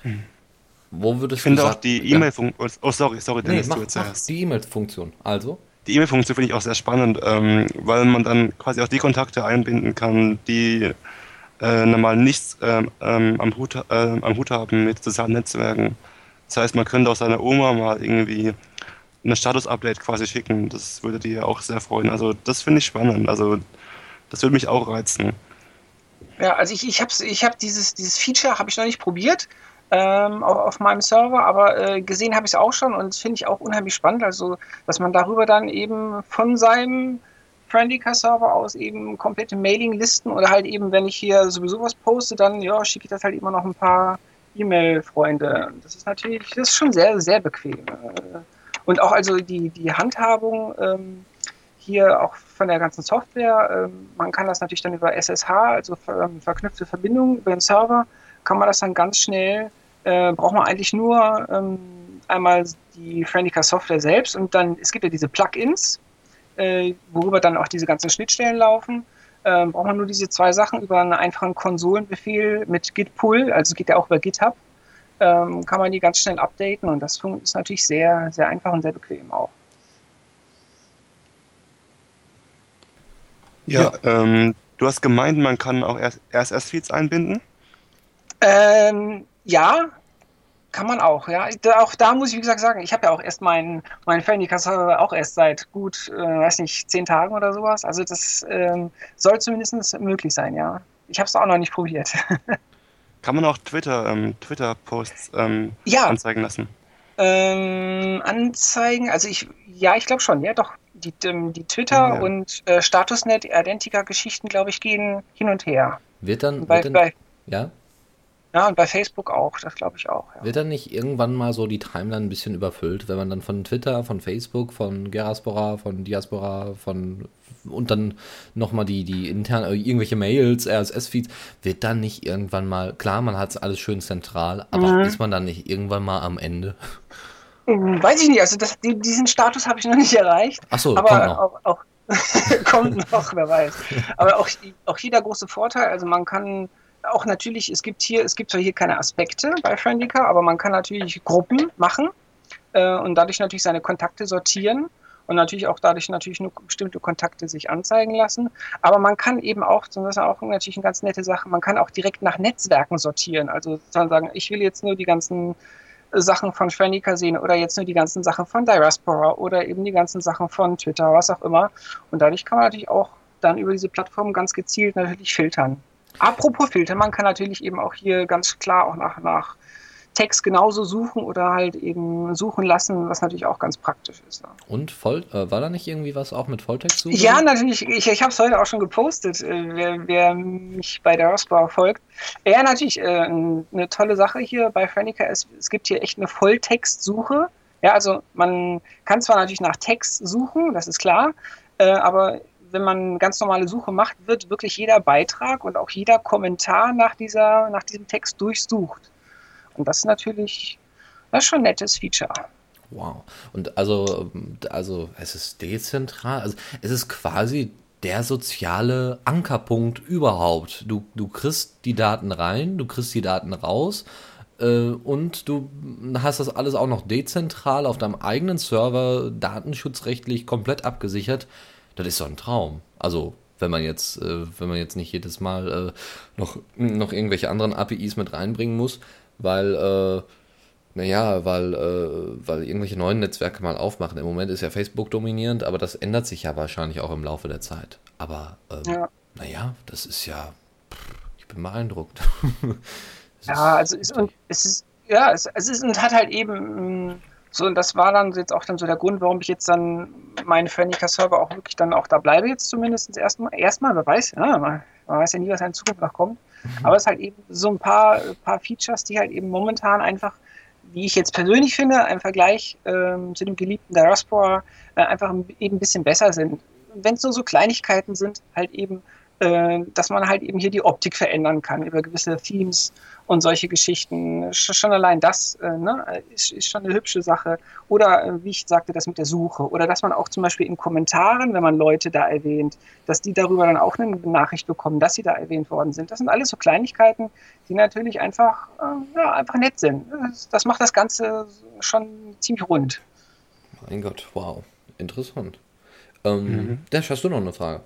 Wo würdest Ich finde du auch sagen, die ja. E-Mail-Funktion, oh sorry, sorry Nee, Dennis, mach, du mach zuerst. die E-Mail-Funktion. Also? Die E-Mail-Funktion finde ich auch sehr spannend, ähm, weil man dann quasi auch die Kontakte einbinden kann, die äh, normal nichts ähm, ähm, am, Hut, äh, am Hut haben mit sozialen Netzwerken. Das heißt, man könnte auch seiner Oma mal irgendwie eine Status-Update quasi schicken. Das würde die ja auch sehr freuen. Also das finde ich spannend. Also das würde mich auch reizen. Ja, also ich, ich habe ich hab dieses, dieses Feature habe ich noch nicht probiert ähm, auf, auf meinem Server, aber äh, gesehen habe ich es auch schon und das finde ich auch unheimlich spannend, also dass man darüber dann eben von seinem Friendica-Server aus eben komplette Mailinglisten oder halt eben, wenn ich hier sowieso was poste, dann ja, schicke ich das halt immer noch ein paar E-Mail-Freunde. Das ist natürlich, das ist schon sehr, sehr bequem. Und auch also die, die Handhabung ähm, hier auch von der ganzen Software, ähm, man kann das natürlich dann über S S H, also ver, ähm, verknüpfte Verbindungen über den Server, kann man das dann ganz schnell, äh, braucht man eigentlich nur ähm, einmal die Friendica Software selbst und dann, es gibt ja diese Plugins, äh, worüber dann auch diese ganzen Schnittstellen laufen, äh, braucht man nur diese zwei Sachen über einen einfachen Konsolenbefehl mit git pull, also es geht ja auch über GitHub, ähm, kann man die ganz schnell updaten und das ist natürlich sehr, sehr einfach und sehr bequem auch. Ja, Ja. Ähm, du hast gemeint, man kann auch R S S-Feeds einbinden? Ähm, ja, kann man auch, ja. Da, auch da muss ich, wie gesagt, sagen, ich habe ja auch erst meinen mein Friendly-Server auch erst seit gut, äh, weiß nicht, zehn Tagen oder sowas. Also das ähm, soll zumindest möglich sein, ja. Ich habe es auch noch nicht probiert. Kann man auch Twitter, ähm, Twitter-Posts ähm, Ja, anzeigen lassen? ähm, Anzeigen, also ich, ja, ich glaube schon, ja, doch. Die, ähm, die Twitter Ah, ja. und äh, Statusnet, Identica-Geschichten, glaube ich, gehen hin und her. Wird dann, Und bei, wird dann, bei, ja, ja, und bei Facebook auch, das glaube ich auch, ja. wird dann nicht irgendwann mal so die Timeline ein bisschen überfüllt, wenn man dann von Twitter, von Facebook, von Geraspora, von Diaspora, von und dann nochmal die, die intern, äh, irgendwelche Mails, R S S-Feeds, wird dann nicht irgendwann mal, klar, man hat es alles schön zentral, aber Mhm. ist man dann nicht irgendwann mal am Ende? Hm, Weiß ich nicht, also das, die, diesen Status habe ich noch nicht erreicht. Achso, Aber kommt noch. auch, auch kommt noch, wer weiß. Aber auch, auch hier der große Vorteil, also man kann auch natürlich, es gibt hier, es gibt zwar hier keine Aspekte bei Friendica, aber man kann natürlich Gruppen machen äh, und dadurch natürlich seine Kontakte sortieren und natürlich auch dadurch natürlich nur bestimmte Kontakte sich anzeigen lassen. Aber man kann eben auch, das ist auch natürlich eine ganz nette Sache, man kann auch direkt nach Netzwerken sortieren. Also sagen, ich will jetzt nur die ganzen Sachen von Friendica sehen oder jetzt nur die ganzen Sachen von Diaspora oder eben die ganzen Sachen von Twitter, was auch immer. Und dadurch kann man natürlich auch dann über diese Plattform ganz gezielt natürlich filtern. Apropos Filtern, man kann natürlich eben auch hier ganz klar auch nach, nach Text genauso suchen oder halt eben suchen lassen, was natürlich auch ganz praktisch ist. Ne? Und voll, äh, war da nicht irgendwie was auch mit Volltext-Suche? Ja, natürlich. Ich, ich habe es heute auch schon gepostet, äh, wer, wer mich bei der Diaspora folgt. Ja, natürlich. Äh, eine tolle Sache hier bei Friendica ist, es gibt hier echt eine Volltextsuche. Ja, also man kann zwar natürlich nach Text suchen, das ist klar, äh, aber wenn man ganz normale Suche macht, wird wirklich jeder Beitrag und auch jeder Kommentar nach, dieser, nach diesem Text durchsucht. Und das ist natürlich, das ist schon ein nettes Feature. Wow. Und also, also es ist dezentral, also es ist quasi der soziale Ankerpunkt überhaupt. Du, du kriegst die Daten rein, du kriegst die Daten raus äh, und du hast das alles auch noch dezentral auf deinem eigenen Server, datenschutzrechtlich komplett abgesichert. Das ist so ein Traum. Also wenn man jetzt, äh, wenn man jetzt nicht jedes Mal äh, noch, noch irgendwelche anderen A P Is mit reinbringen muss, weil äh, naja, weil, äh, weil irgendwelche neuen Netzwerke mal aufmachen. Im Moment ist ja Facebook dominierend, aber das ändert sich ja wahrscheinlich auch im Laufe der Zeit. Aber ähm, Ja. naja, das ist ja, pff, ich bin beeindruckt. Es Ja, ist also ist, und es ist, ja, es, es ist und hat halt eben mh, so, und das war dann jetzt auch dann so der Grund, warum ich jetzt dann meine Friendica-Server auch wirklich dann auch da bleibe jetzt zumindest erstmal, erstmal, wer weiß, ja, man, man weiß ja nie, was in Zukunft noch kommt, aber es ist halt eben so ein paar, paar Features, die halt eben momentan einfach, wie ich jetzt persönlich finde, im Vergleich ähm, zu dem geliebten Diaspora äh, einfach eben ein bisschen besser sind. Wenn es nur so Kleinigkeiten sind, halt eben, äh, dass man halt eben hier die Optik verändern kann über gewisse Themes und solche Geschichten. Schon allein das äh, ne, ist, ist schon eine hübsche Sache. Oder, äh, wie ich sagte, das mit der Suche. Oder dass man auch zum Beispiel in Kommentaren, wenn man Leute da erwähnt, dass die darüber dann auch eine Nachricht bekommen, dass sie da erwähnt worden sind. Das sind alles so Kleinigkeiten, die natürlich einfach, äh, ja, einfach nett sind. Das, das macht das Ganze schon ziemlich rund. mein Gott, wow, interessant. Ähm, Mhm. Dash, hast du noch eine Frage?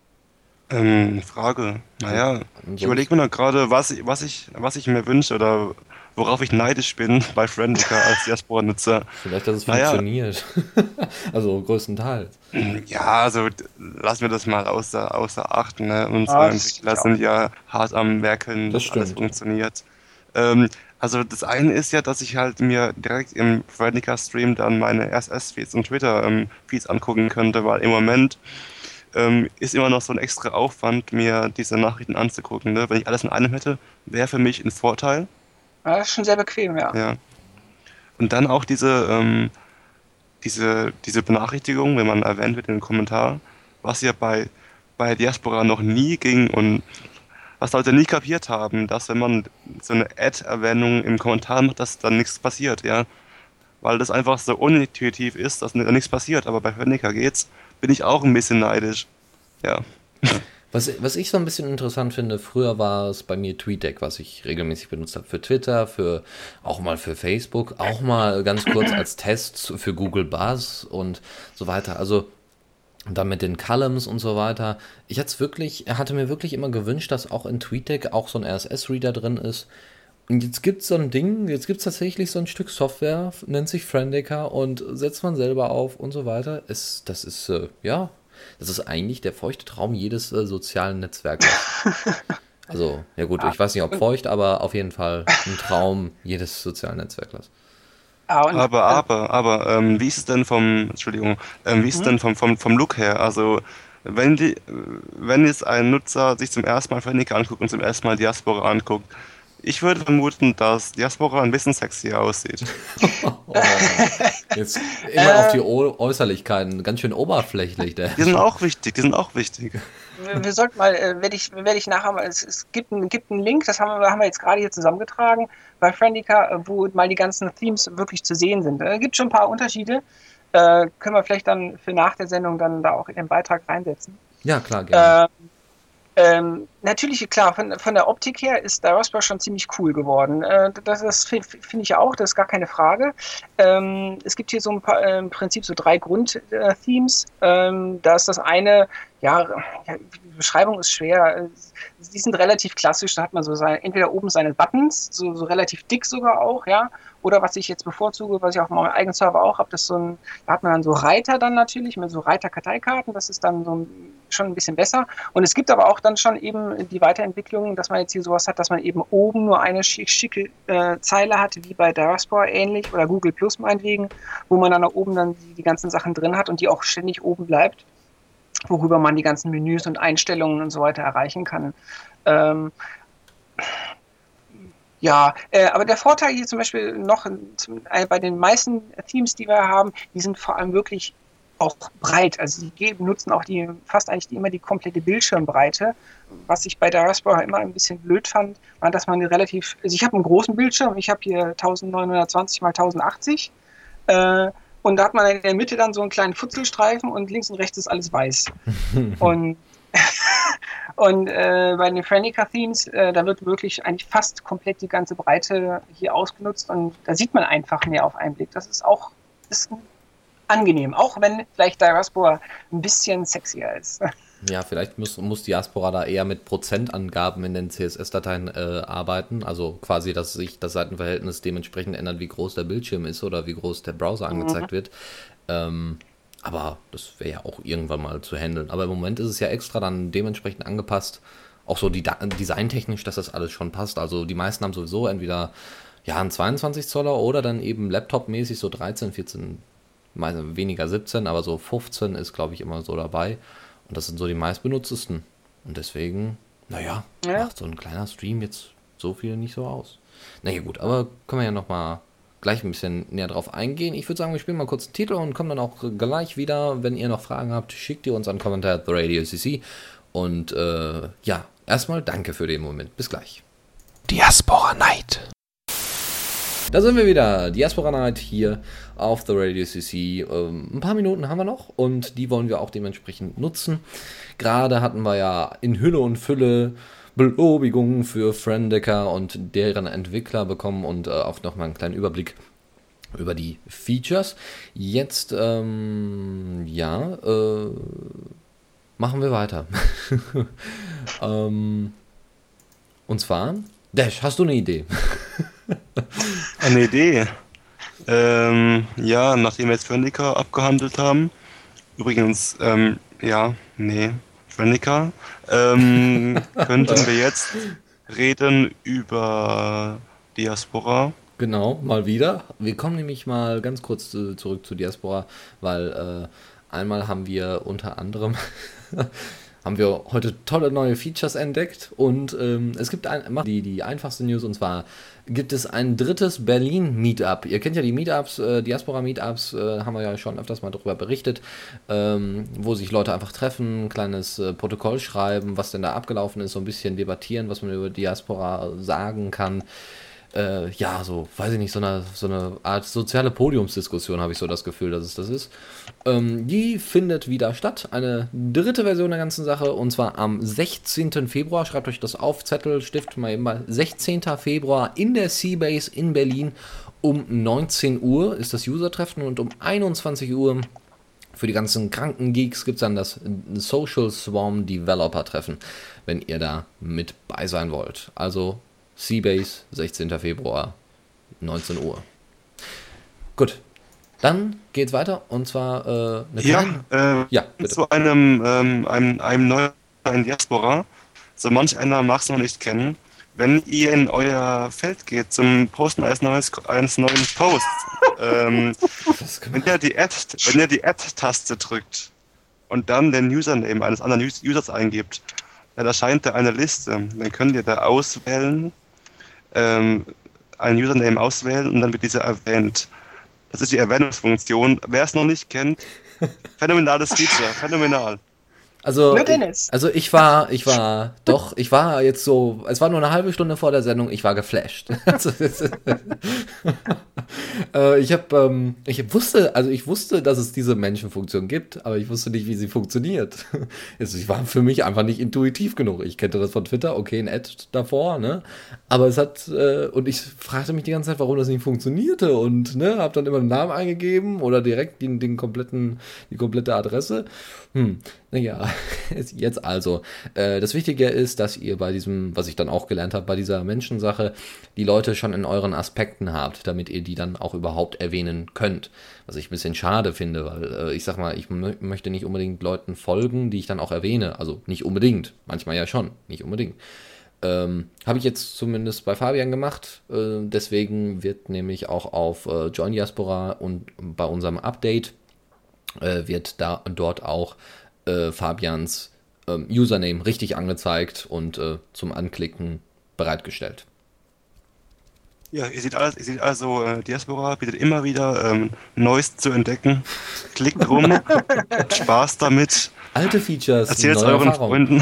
Ähm, Frage. Naja, ich überlege mir noch gerade, was, ich- was, ich, was ich mir wünsche oder worauf ich neidisch bin bei Friendica als Diaspora-Nutzer. Vielleicht, dass es Naja. funktioniert. Also größtenteils. Ja, also d- lassen wir das mal außer, außer Acht. Ne? Unsere Ah, das Entwickler stimmt sind ja hart am Werkeln, Das dass alles stimmt. funktioniert. Ähm, also das eine ist ja, dass ich halt mir direkt im Friendica-Stream dann meine R S S-Feeds und Twitter-Feeds angucken könnte, weil im Moment ähm, ist immer noch so ein extra Aufwand, mir diese Nachrichten anzugucken. Ne? Wenn ich alles in einem hätte, wäre für mich ein Vorteil. Ja, das ist schon sehr bequem, ja. Ja. Und dann auch diese, ähm, diese, diese Benachrichtigung, wenn man erwähnt wird in den Kommentaren, was ja bei, bei Diaspora noch nie ging und was Leute nie kapiert haben, dass wenn man so eine Ad-Erwähnung im Kommentar macht, dass dann nichts passiert, ja. Weil das einfach so unintuitiv ist, dass da nichts passiert. Aber bei Friendica geht's, bin ich auch ein bisschen neidisch. Ja. Was, was ich so ein bisschen interessant finde, früher war es bei mir TweetDeck, was ich regelmäßig benutzt habe für Twitter, für auch mal für Facebook, auch mal ganz kurz als Test für Google Buzz und so weiter. Also dann mit den Columns und so weiter. Ich hatte wirklich, er hatte mir wirklich immer gewünscht, dass auch in TweetDeck auch so ein R S S-Reader drin ist. Und jetzt gibt es so ein Ding, jetzt gibt es tatsächlich so ein Stück Software, nennt sich Friendica und setzt man selber auf und so weiter. Ist, das ist, äh, ja, das ist eigentlich der feuchte Traum jedes äh, sozialen Netzwerkes. Also, ja gut, ich weiß nicht, ob feucht, aber auf jeden Fall ein Traum jedes sozialen Netzwerkers. Ah, und, Aber, aber, aber, ähm, wie ist es denn vom, Entschuldigung, ähm, wie ist es denn vom, vom, vom Look her? Also, wenn die, wenn jetzt ein Nutzer sich zum ersten Mal Friendica anguckt und zum ersten Mal Diaspora anguckt, ich würde vermuten, dass Diaspora ein bisschen sexier aussieht. Oh, jetzt immer auf die o- Äußerlichkeiten, ganz schön oberflächlich. Der Die sind auch wichtig, die sind auch wichtig. wir, wir sollten mal, äh, werde ich, werde ich nachher mal, es, es gibt, ein, gibt einen Link, das haben wir, haben wir jetzt gerade hier zusammengetragen bei Friendica, äh, wo mal die ganzen Themes wirklich zu sehen sind. Es äh, gibt schon ein paar Unterschiede, äh, können wir vielleicht dann für nach der Sendung dann da auch in den Beitrag reinsetzen. Ja, klar, gerne. Äh, Ähm, natürlich, klar, von, von der Optik her ist Diaspora schon ziemlich cool geworden. Äh, das das finde find ich auch, das ist gar keine Frage. Ähm, es gibt hier so ein paar, äh, im Prinzip so drei Grundthemes. Ähm, da ist das eine, ja, ja, die Beschreibung ist schwer. Die sind relativ klassisch, da hat man so seine, entweder oben seine Buttons, so, so relativ dick sogar auch, ja, oder was ich jetzt bevorzuge, was ich auf meinem eigenen Server auch habe, das ist so ein, da hat man dann so Reiter dann natürlich, mit so Reiter-Karteikarten, das ist dann so ein, schon ein bisschen besser. Und es gibt aber auch dann schon eben die Weiterentwicklung, dass man jetzt hier sowas hat, dass man eben oben nur eine schick, schicke äh, Zeile hat, wie bei Diaspora ähnlich, oder Google Plus meinetwegen, wo man dann da oben dann die, die ganzen Sachen drin hat und die auch ständig oben bleibt, worüber man die ganzen Menüs und Einstellungen und so weiter erreichen kann. Ähm, ja, äh, aber der Vorteil hier zum Beispiel noch äh, bei den meisten Themes, die wir haben, die sind vor allem wirklich auch breit. Also die geben, nutzen auch die fast eigentlich die, immer die komplette Bildschirmbreite. Was ich bei Diaspora immer ein bisschen blöd fand, war, dass man relativ, also ich habe einen großen Bildschirm, ich habe hier neunzehnhundertzwanzig mal tausendachtzig äh, und da hat man in der Mitte dann so einen kleinen Futzelstreifen und links und rechts ist alles weiß. und und äh, bei den Friendica-Themes, äh, da wird wirklich eigentlich fast komplett die ganze Breite hier ausgenutzt und da sieht man einfach mehr auf einen Blick. Das ist auch ist angenehm, auch wenn vielleicht Diaspora ein bisschen sexier ist. Ja, vielleicht muss, muss Diaspora da eher mit Prozentangaben in den C S S-Dateien äh, arbeiten, also quasi, dass sich das Seitenverhältnis dementsprechend ändert, wie groß der Bildschirm ist oder wie groß der Browser angezeigt mhm. wird. Ähm, aber das wäre ja auch irgendwann mal zu handeln. Aber im Moment ist es ja extra dann dementsprechend angepasst, auch so die da- designtechnisch, dass das alles schon passt. Also die meisten haben sowieso entweder ja einen zweiundzwanzig Zoller oder dann eben Laptop-mäßig so dreizehn, vierzehn, weniger siebzehn, aber so fünfzehn ist, glaube ich, immer so dabei. Und das sind so die meistbenutztesten. Und deswegen, naja, ja. macht so ein kleiner Stream jetzt so viel nicht so aus. Naja gut, aber können wir ja nochmal gleich ein bisschen näher drauf eingehen. Ich würde sagen, wir spielen mal kurz den Titel und kommen dann auch gleich wieder. Wenn ihr noch Fragen habt, schickt ihr uns einen Kommentar at the radio C C. Und äh, ja, erstmal danke für den Moment. Bis gleich. Diaspora Night. Da sind wir wieder, Diaspora Night hier auf The Radio C C. Ähm, ein paar Minuten haben wir noch und die wollen wir auch dementsprechend nutzen. Gerade hatten wir ja in Hülle und Fülle Belobigungen für Friendica und deren Entwickler bekommen und äh, auch nochmal einen kleinen Überblick über die Features. Jetzt, ähm, ja, äh, machen wir weiter. ähm, und zwar, Dash, hast du eine Idee? Eine Idee. Ähm, ja, nachdem wir jetzt Friendica abgehandelt haben. Übrigens, ähm, ja, nee, Friendica. Ähm, könnten wir jetzt reden über Diaspora. Genau, mal wieder. Wir kommen nämlich mal ganz kurz äh, zurück zu Diaspora, weil äh, einmal haben wir unter anderem haben wir heute tolle neue Features entdeckt und ähm, es gibt ein, die, die einfachste News und zwar gibt es ein drittes Berlin-Meetup. Ihr kennt ja die Meetups, äh, Diaspora-Meetups, äh, haben wir ja schon öfters mal darüber berichtet, ähm, wo sich Leute einfach treffen, ein kleines äh, Protokoll schreiben, was denn da abgelaufen ist, so ein bisschen debattieren, was man über Diaspora sagen kann. äh, ja, so, weiß ich nicht, so eine, so eine Art soziale Podiumsdiskussion, habe ich so das Gefühl, dass es das ist. Ähm, die findet wieder statt, eine dritte Version der ganzen Sache, und zwar am sechzehnten Februar, schreibt euch das auf, Zettel, Stift, mal eben mal, sechzehnten Februar in der Seabase in Berlin, um neunzehn Uhr ist das User-Treffen, und um einundzwanzig Uhr für die ganzen kranken Geeks gibt es dann das Social Swarm Developer Treffen, wenn ihr da mit bei sein wollt. Also Seabase, sechzehnten Februar, neunzehn Uhr. Gut, dann geht's weiter, und zwar äh, eine kleine... Ja, äh, ja, bitte. zu einem, ähm, einem, einem neuen Diaspora. So manch einer mag es noch nicht kennen. Wenn ihr in euer Feld geht zum Posten eines, neues, eines neuen Posts, ähm, wenn ihr die Add, wenn ihr die Add-Taste drückt und dann den Username eines anderen Users eingibt, dann erscheint da eine Liste. Dann könnt ihr da auswählen, ähm, einen Username auswählen, und dann wird dieser erwähnt. Das ist die Erwähnungsfunktion. Wer es noch nicht kennt, phänomenales Feature, phänomenal. Also, Nur Dennis. also ich war, ich war, doch, ich war jetzt so, es war nur eine halbe Stunde vor der Sendung, ich war geflasht. Also, äh, ich habe, ähm, ich wusste, also ich wusste, dass es diese Menschenfunktion gibt, aber ich wusste nicht, wie sie funktioniert. Also, ich war für mich einfach nicht intuitiv genug. Ich kannte das von Twitter, okay, ein Ad davor, ne, aber es hat, äh, und ich fragte mich die ganze Zeit, warum das nicht funktionierte, und, ne, habe dann immer den Namen eingegeben oder direkt den, den kompletten, die komplette Adresse. Hm, naja, jetzt also. Äh, das Wichtige ist, dass ihr bei diesem, was ich dann auch gelernt habe, bei dieser Menschensache, die Leute schon in euren Aspekten habt, damit ihr die dann auch überhaupt erwähnen könnt. Was ich ein bisschen schade finde, weil äh, ich sag mal, ich m- möchte nicht unbedingt Leuten folgen, die ich dann auch erwähne. Also nicht unbedingt, manchmal ja schon, nicht unbedingt. Ähm, habe ich jetzt zumindest bei Fabian gemacht. Äh, deswegen wird nämlich auch auf äh, Join Diaspora und bei unserem Update äh, wird da dort auch äh, Fabians ähm, Username richtig angezeigt und äh, zum Anklicken bereitgestellt. Ja, ihr seht, alles, ihr seht also, äh, Diaspora bietet immer wieder ähm, Neues zu entdecken. Klickt rum, habt Spaß damit. Alte Features, Erzählt es neue euren Erfahrung. Freunden.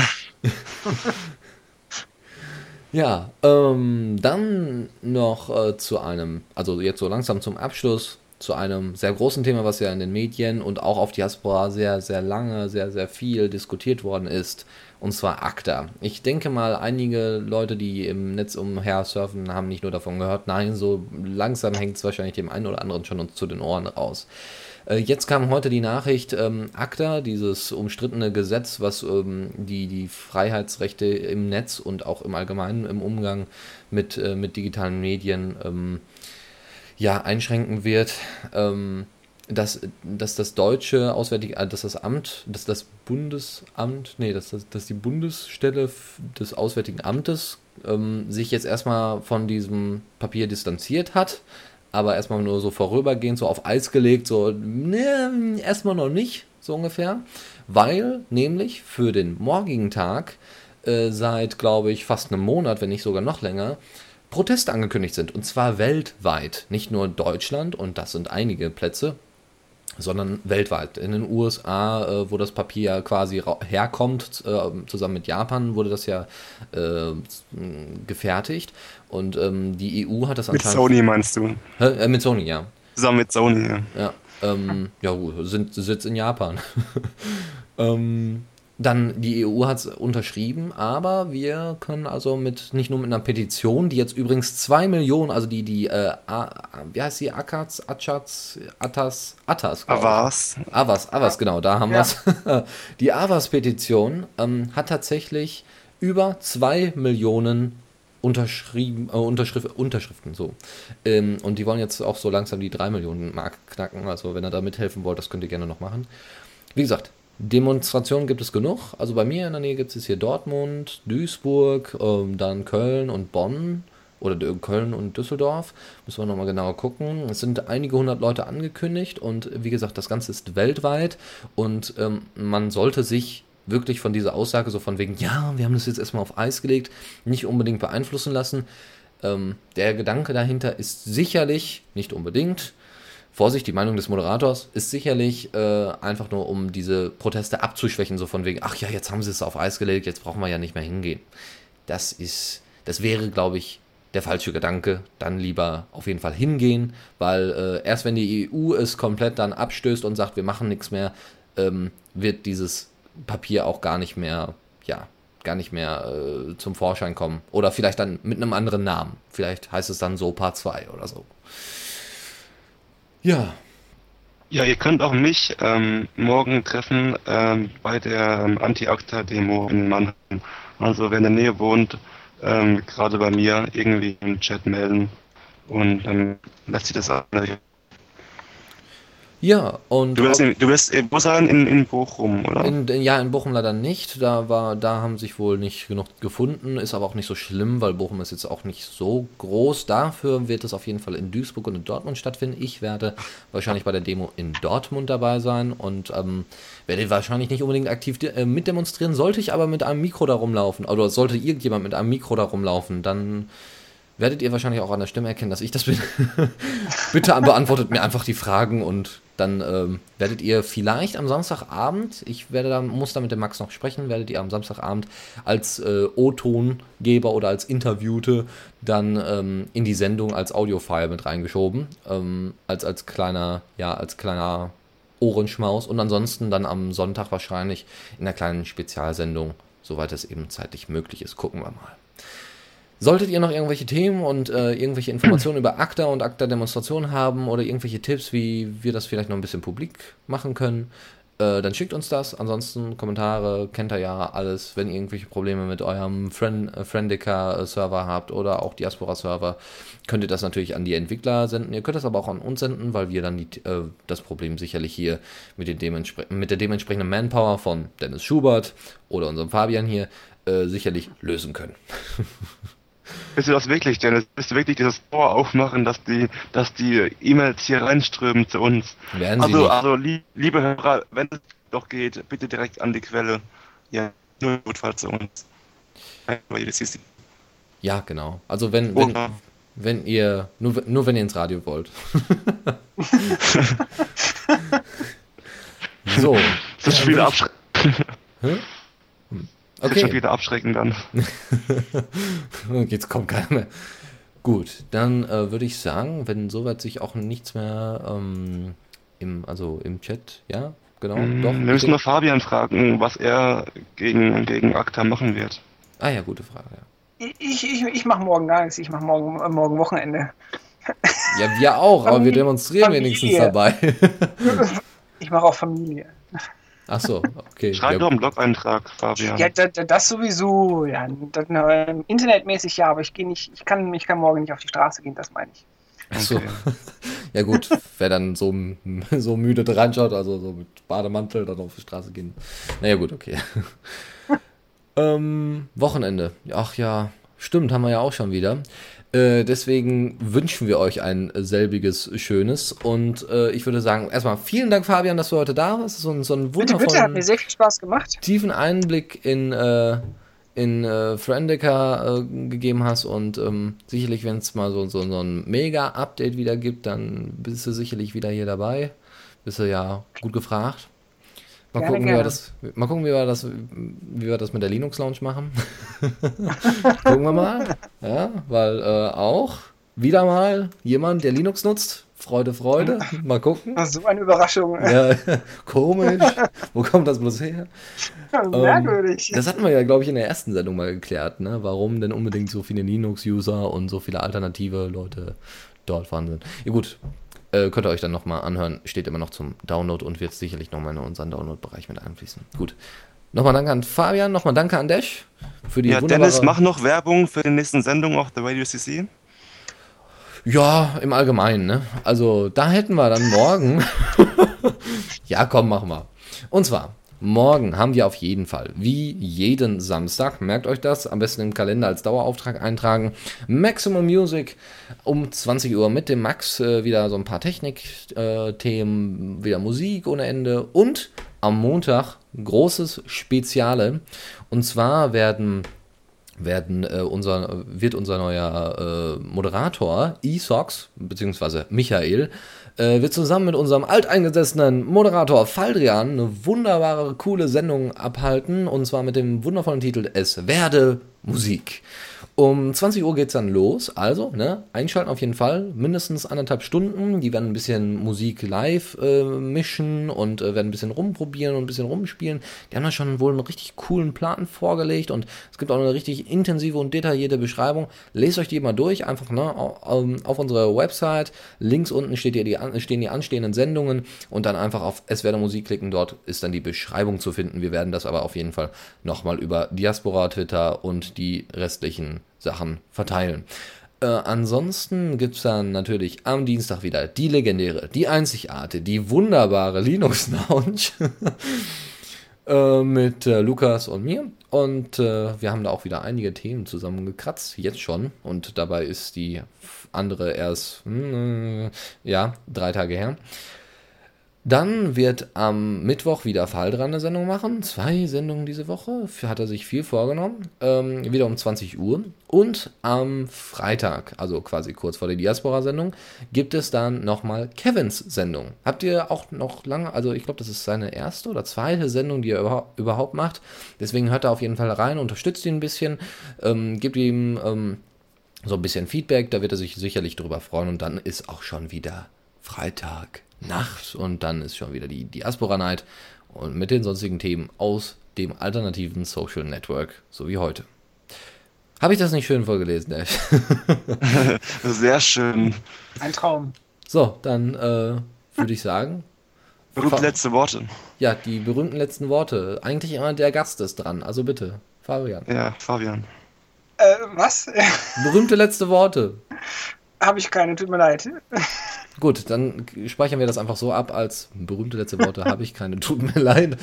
Ja, ähm, dann noch äh, zu einem, also jetzt so langsam zum Abschluss, zu einem sehr großen Thema, was ja in den Medien und auch auf Diaspora sehr, sehr lange, sehr, sehr viel diskutiert worden ist, und zwar ACTA. Ich denke mal, einige Leute, die im Netz umher surfen, haben nicht nur davon gehört, nein, so langsam hängt es wahrscheinlich dem einen oder anderen schon uns zu den Ohren raus. Äh, jetzt kam heute die Nachricht, ähm, ACTA, dieses umstrittene Gesetz, was ähm, die, die Freiheitsrechte im Netz und auch im Allgemeinen im Umgang mit, äh, mit digitalen Medien ähm, ja, einschränken wird, ähm, dass, dass das deutsche Auswärtige, äh, dass das Amt, dass das Bundesamt, nee, dass, das, dass die Bundesstelle des Auswärtigen Amtes ähm, sich jetzt erstmal von diesem Papier distanziert hat, aber erstmal nur so vorübergehend, so auf Eis gelegt, so, ne, erstmal noch nicht, so ungefähr, weil nämlich für den morgigen Tag äh, seit, glaube ich, fast einem Monat, wenn nicht sogar noch länger, Proteste angekündigt sind, und zwar weltweit, nicht nur in Deutschland, und das sind einige Plätze, sondern weltweit. In den U S A, äh, wo das Papier quasi ra- herkommt, äh, zusammen mit Japan wurde das ja äh, gefertigt, und ähm, die E U hat das Mit anscheinend... Sony meinst du? Hä? Äh, mit Sony, ja. Zusammen mit Sony, ja. Ja, ähm, ja gut, sind, sitzt in Japan. ähm... Dann, die E U hat es unterschrieben, aber wir können also mit, nicht nur mit einer Petition, die jetzt übrigens zwei Millionen, also die, die, äh, A, wie heißt die, Akats, Achats, Atas, Atas, glaub ich. Avas. Avas, Avas, genau, da haben Ja. wir es. Die Avas-Petition ähm, hat tatsächlich über zwei Millionen unterschrieben, äh, Unterschrift, Unterschriften, so. Ähm, und die wollen jetzt auch so langsam die drei Millionen Mark knacken, also wenn ihr da mithelfen wollt, das könnt ihr gerne noch machen. Wie gesagt, Demonstrationen gibt es genug. Also bei mir in der Nähe gibt es hier Dortmund, Duisburg, ähm, dann Köln und Bonn oder D- Köln und Düsseldorf. Müssen wir nochmal genauer gucken. Es sind einige hundert Leute angekündigt, und wie gesagt, das Ganze ist weltweit, und ähm, man sollte sich wirklich von dieser Aussage so von wegen, ja, wir haben das jetzt erstmal auf Eis gelegt, nicht unbedingt beeinflussen lassen. Ähm, der Gedanke dahinter ist sicherlich, nicht unbedingt, Vorsicht, die Meinung des Moderators ist sicherlich äh, einfach nur, um diese Proteste abzuschwächen, so von wegen, ach ja, jetzt haben sie es auf Eis gelegt, jetzt brauchen wir ja nicht mehr hingehen. Das ist, das wäre, glaube ich, der falsche Gedanke, dann lieber auf jeden Fall hingehen, weil äh, erst wenn die E U es komplett dann abstößt und sagt, wir machen nichts mehr, ähm, wird dieses Papier auch gar nicht mehr, ja, gar nicht mehr äh, zum Vorschein kommen. Oder vielleicht dann mit einem anderen Namen. Vielleicht heißt es dann SOPA zwei oder so. Ja. Ja, ihr könnt auch mich ähm, morgen treffen ähm, bei der ähm, Anti-ACTA-Demo in Mannheim. Also wer in der Nähe wohnt, ähm, gerade bei mir irgendwie im Chat melden und dann ähm, lässt sich das an. Ja, und du wirst, in, du wirst wo sein? In, in Bochum, oder? In, in, ja, in Bochum leider nicht. Da war, da haben sich wohl nicht genug gefunden. Ist aber auch nicht so schlimm, weil Bochum ist jetzt auch nicht so groß. Dafür wird es auf jeden Fall in Duisburg und in Dortmund stattfinden. Ich werde wahrscheinlich bei der Demo in Dortmund dabei sein und ähm, werde wahrscheinlich nicht unbedingt aktiv äh, mitdemonstrieren. Sollte ich aber mit einem Mikro da rumlaufen, oder sollte irgendjemand mit einem Mikro da rumlaufen, dann werdet ihr wahrscheinlich auch an der Stimme erkennen, dass ich das bin. Bitte beantwortet mir einfach die Fragen und dann ähm, werdet ihr vielleicht am Samstagabend, ich werde da, muss da mit dem Max noch sprechen, werdet ihr am Samstagabend als äh, O-Tongeber oder als Interviewte dann ähm, in die Sendung als Audiofile mit reingeschoben, ähm, als, als kleiner, ja, als kleiner Ohrenschmaus und ansonsten dann am Sonntag wahrscheinlich in einer kleinen Spezialsendung, soweit es eben zeitlich möglich ist. Gucken wir mal. Solltet ihr noch irgendwelche Themen und äh, irgendwelche Informationen über ACTA und ACTA-Demonstrationen haben oder irgendwelche Tipps, wie wir das vielleicht noch ein bisschen publik machen können, äh, dann schickt uns das. Ansonsten Kommentare, kennt ihr ja alles. Wenn ihr irgendwelche Probleme mit eurem Friend, äh, Friendica-Server habt oder auch Diaspora-Server, könnt ihr das natürlich an die Entwickler senden. Ihr könnt das aber auch an uns senden, weil wir dann die, äh, das Problem sicherlich hier mit, den dementspre- mit der dementsprechenden Manpower von Dennis Schubert oder unserem Fabian hier äh, sicherlich lösen können. Bist du das wirklich, Dennis? Bist du wirklich dieses Tor aufmachen, dass die, dass die E-Mails hier reinströmen zu uns? Werden sie also, nicht. also, lieb, liebe Hörer, wenn es doch geht, bitte direkt an die Quelle. Ja, nur notfalls zu uns. Ja, genau. Also wenn, wenn, Oder wenn ihr, nur, nur wenn ihr ins Radio wollt. So. das ist schon wieder abschreckend. Hä? Das ist schon Okay. wieder abschreckend dann. Jetzt kommt keiner mehr. Gut, dann äh, würde ich sagen, wenn soweit sich auch nichts mehr ähm, im, also im Chat, ja, genau, Mm, doch. Wir müssen nur Fabian fragen, was er gegen, gegen ACTA machen wird. Ah ja, gute Frage, ja. Ich, ich, ich mache morgen gar nichts. Ich mache morgen, äh, morgen Wochenende. Ja, wir auch, aber wir Familie. demonstrieren wenigstens dabei. Ich mache auch Familie. Ach so, okay. Schreib ja, doch einen Blog-Eintrag, Fabian. Ja, da, da, das sowieso. Ja, das, äh, internetmäßig ja, aber ich gehe nicht. Ich kann, ich kann morgen nicht auf die Straße gehen. Das meine ich. ach so. Okay. Ja gut, wer dann so, so müde reinschaut, also so mit Bademantel dann auf die Straße gehen. Naja gut, okay. ähm, Wochenende. Ach ja, stimmt, haben wir ja auch schon wieder. Äh, deswegen wünschen wir euch ein selbiges Schönes. Und äh, ich würde sagen, erstmal vielen Dank, Fabian, dass du heute da warst. So, ein- so einen Bitte, bitte, hat mir wundervollen, sehr viel Spaß gemacht. tiefen Einblick in, äh, in äh, Friendica äh, gegeben hast. Und ähm, sicherlich, wenn es mal so, so, so ein Mega-Update wieder gibt, dann bist du sicherlich wieder hier dabei. Bist du ja gut gefragt. Mal Gerne, gucken, wie wir gerne. das, mal gucken, wie wir das, wie wir das mit der Linux Lounge machen. Gucken wir mal. Ja, weil äh, auch wieder mal jemand, der Linux nutzt. Freude, Freude. Mal gucken. Das ist so eine Überraschung. Ja, komisch. Wo kommt das bloß her? Merkwürdig. Das hatten wir ja, glaube ich, in der ersten Sendung mal geklärt, ne? Warum denn unbedingt so viele Linux-User und so viele alternative Leute dort vorhanden sind. Ja gut, äh, könnt ihr euch dann nochmal anhören. Steht immer noch zum Download und wird sicherlich nochmal in unseren Download-Bereich mit einfließen. Gut. Nochmal danke an Fabian, nochmal danke an Dash für die Ja, wunderbare... Dennis, mach noch Werbung für die nächsten Sendung auf der Radio C C. Ja, im Allgemeinen, ne? Also, da hätten wir dann morgen... Ja, komm, mach mal. Und zwar, morgen haben wir auf jeden Fall, wie jeden Samstag, merkt euch das, am besten im Kalender als Dauerauftrag eintragen, Maximum Music um zwanzig Uhr mit dem Max, äh, wieder so ein paar Technik-Themen, äh, wieder Musik ohne Ende und am Montag großes Speziale. Und zwar werden... werden äh, unser, wird unser neuer äh, Moderator E-Sox, beziehungsweise Michael, äh, wird zusammen mit unserem alteingesessenen Moderator Faldrian eine wunderbare, coole Sendung abhalten, und zwar mit dem wundervollen Titel Es werde Musik. Um zwanzig Uhr geht's dann los, also ne, einschalten auf jeden Fall, mindestens anderthalb Stunden. Die werden ein bisschen Musik live äh, mischen und äh, werden ein bisschen rumprobieren und ein bisschen rumspielen. Die haben da schon wohl einen richtig coolen Plan vorgelegt und es gibt auch eine richtig intensive und detaillierte Beschreibung. Lest euch die mal durch, einfach ne, auf unserer Website. Links unten steht hier die, stehen die anstehenden Sendungen und dann einfach auf Es werde Musik klicken, dort ist dann die Beschreibung zu finden. Wir werden das aber auf jeden Fall nochmal über Diaspora, Twitter und die restlichen Sachen verteilen. Äh, ansonsten gibt es dann natürlich am Dienstag wieder die legendäre, die einzigartige, die wunderbare Linux Lounge äh, mit äh, Lukas und mir. Und äh, wir haben da auch wieder einige Themen zusammengekratzt, jetzt schon. Und dabei ist die andere erst, hm, ja, drei Tage her. Dann wird am Mittwoch wieder Fall dran eine Sendung machen. Zwei Sendungen diese Woche. Hat er sich viel vorgenommen. Ähm, wieder um zwanzig Uhr. Und am Freitag, also quasi kurz vor der Diaspora-Sendung, gibt es dann nochmal Kevins Sendung. Habt ihr auch noch lange, also ich glaube, das ist seine erste oder zweite Sendung, die er überha- überhaupt macht. Deswegen hört er auf jeden Fall rein, unterstützt ihn ein bisschen, ähm, gibt ihm ähm, so ein bisschen Feedback. Da wird er sich sicherlich drüber freuen. Und dann ist auch schon wieder Freitag. Nacht und dann ist schon wieder die Diaspora Night und mit den sonstigen Themen aus dem alternativen Social Network, so wie heute. Habe ich das nicht schön vorgelesen, Dave? Sehr schön. Ein Traum. So, dann äh, würde ich sagen... Berühmte letzte Worte. Ja, die berühmten letzten Worte. Eigentlich immer der Gast ist dran, also bitte, Fabian. Ja, Fabian. Äh, was? Berühmte letzte Worte. Habe ich keine, tut mir leid. Gut, dann speichern wir das einfach so ab als berühmte letzte Worte, habe ich keine, tut mir leid.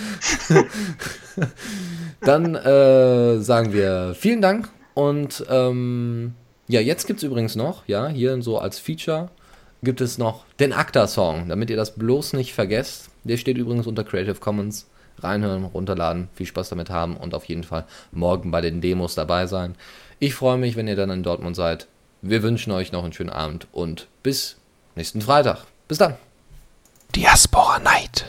Dann äh, sagen wir vielen Dank und ähm, ja, jetzt gibt es übrigens noch, ja, hier so als Feature gibt es noch den Acta-Song, damit ihr das bloß nicht vergesst. Der steht übrigens unter Creative Commons. Reinhören, runterladen, viel Spaß damit haben und auf jeden Fall morgen bei den Demos dabei sein. Ich freue mich, wenn ihr dann in Dortmund seid. Wir wünschen euch noch einen schönen Abend und bis nächsten Freitag. Bis dann. Diaspora Night.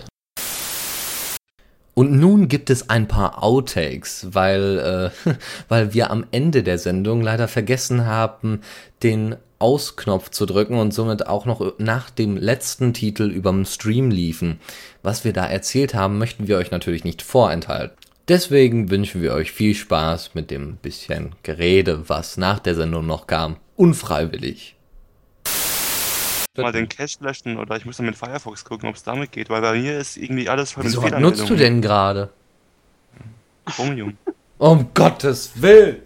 Und nun gibt es ein paar Outtakes, weil, äh, weil wir am Ende der Sendung leider vergessen haben, den Ausknopf zu drücken und somit auch noch nach dem letzten Titel überm Stream liefen. Was wir da erzählt haben, möchten wir euch natürlich nicht vorenthalten. Deswegen wünschen wir euch viel Spaß mit dem bisschen Gerede, was nach der Sendung noch kam. Unfreiwillig. Mal den Cache löschen oder ich muss dann mit Firefox gucken, ob es damit geht, weil bei mir ist irgendwie alles voll mit Wieso, was nutzt du denn gerade? Chromium. Um Gottes Willen!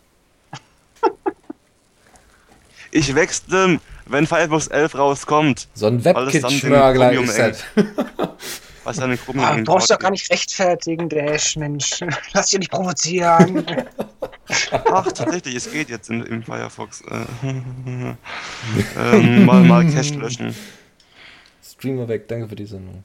Ich wechsle, wenn Firefox elf rauskommt. So ein Alles dann WebKit-Schmörgler den ist das. Was dann den Chromium Ah, du eng brauchst doch drauf gar nicht rechtfertigen, Dash, Mensch. Lass dich ja nicht provozieren. Ach, tatsächlich, es geht jetzt in, im Firefox. Äh, ähm, mal, mal Cache löschen. Streamer weg, danke für die Sendung.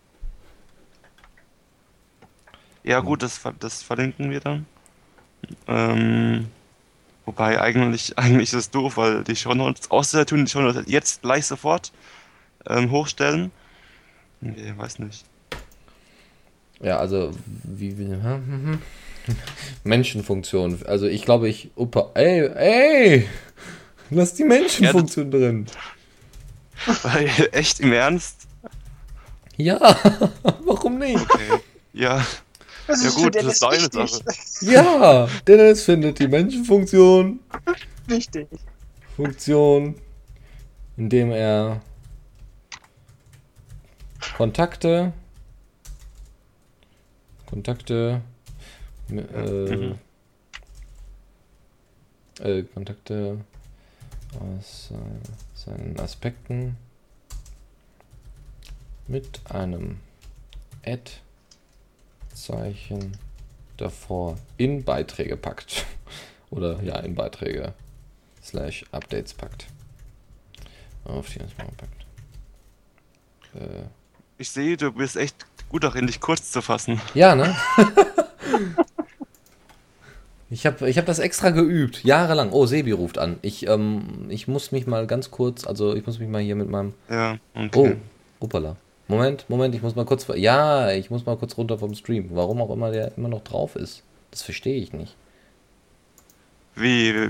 Ja gut, das, ver- das verlinken wir dann. Ähm, wobei eigentlich, eigentlich ist es doof, weil die Shownotes, außer tun die Shownotes jetzt gleich sofort ähm, hochstellen. Nee, weiß nicht. Ja, also, wie, wie Menschenfunktion. Also, ich glaube, ich, opa, ey, ey, lass die Menschenfunktion drin. Weil, echt im Ernst? Ja, warum nicht? Okay. Ja, Das ja ist für gut, das Dennis ist deine wichtig. Sache. Ja, Dennis findet die Menschenfunktion, Wichtig. Funktion, indem er Kontakte, Kontakte, äh, Mhm. äh, Kontakte aus äh, seinen Aspekten mit einem Add-Zeichen davor in Beiträge packt. Oder ja, in Beiträge slash Updates packt. Auf die erstmal packt. Äh, Ich sehe, du bist echt gut darin, dich kurz zu fassen. ja, ne? Ich habe ich hab das extra geübt, jahrelang. Oh, Sebi ruft an. Ich, ähm, ich muss mich mal ganz kurz, also ich muss mich mal hier mit meinem... Ja, Oh, okay. hoppala. Moment, Moment, ich muss mal kurz... Ja, ich muss mal kurz runter vom Stream. Warum auch immer der immer noch drauf ist. Das verstehe ich nicht. Wie,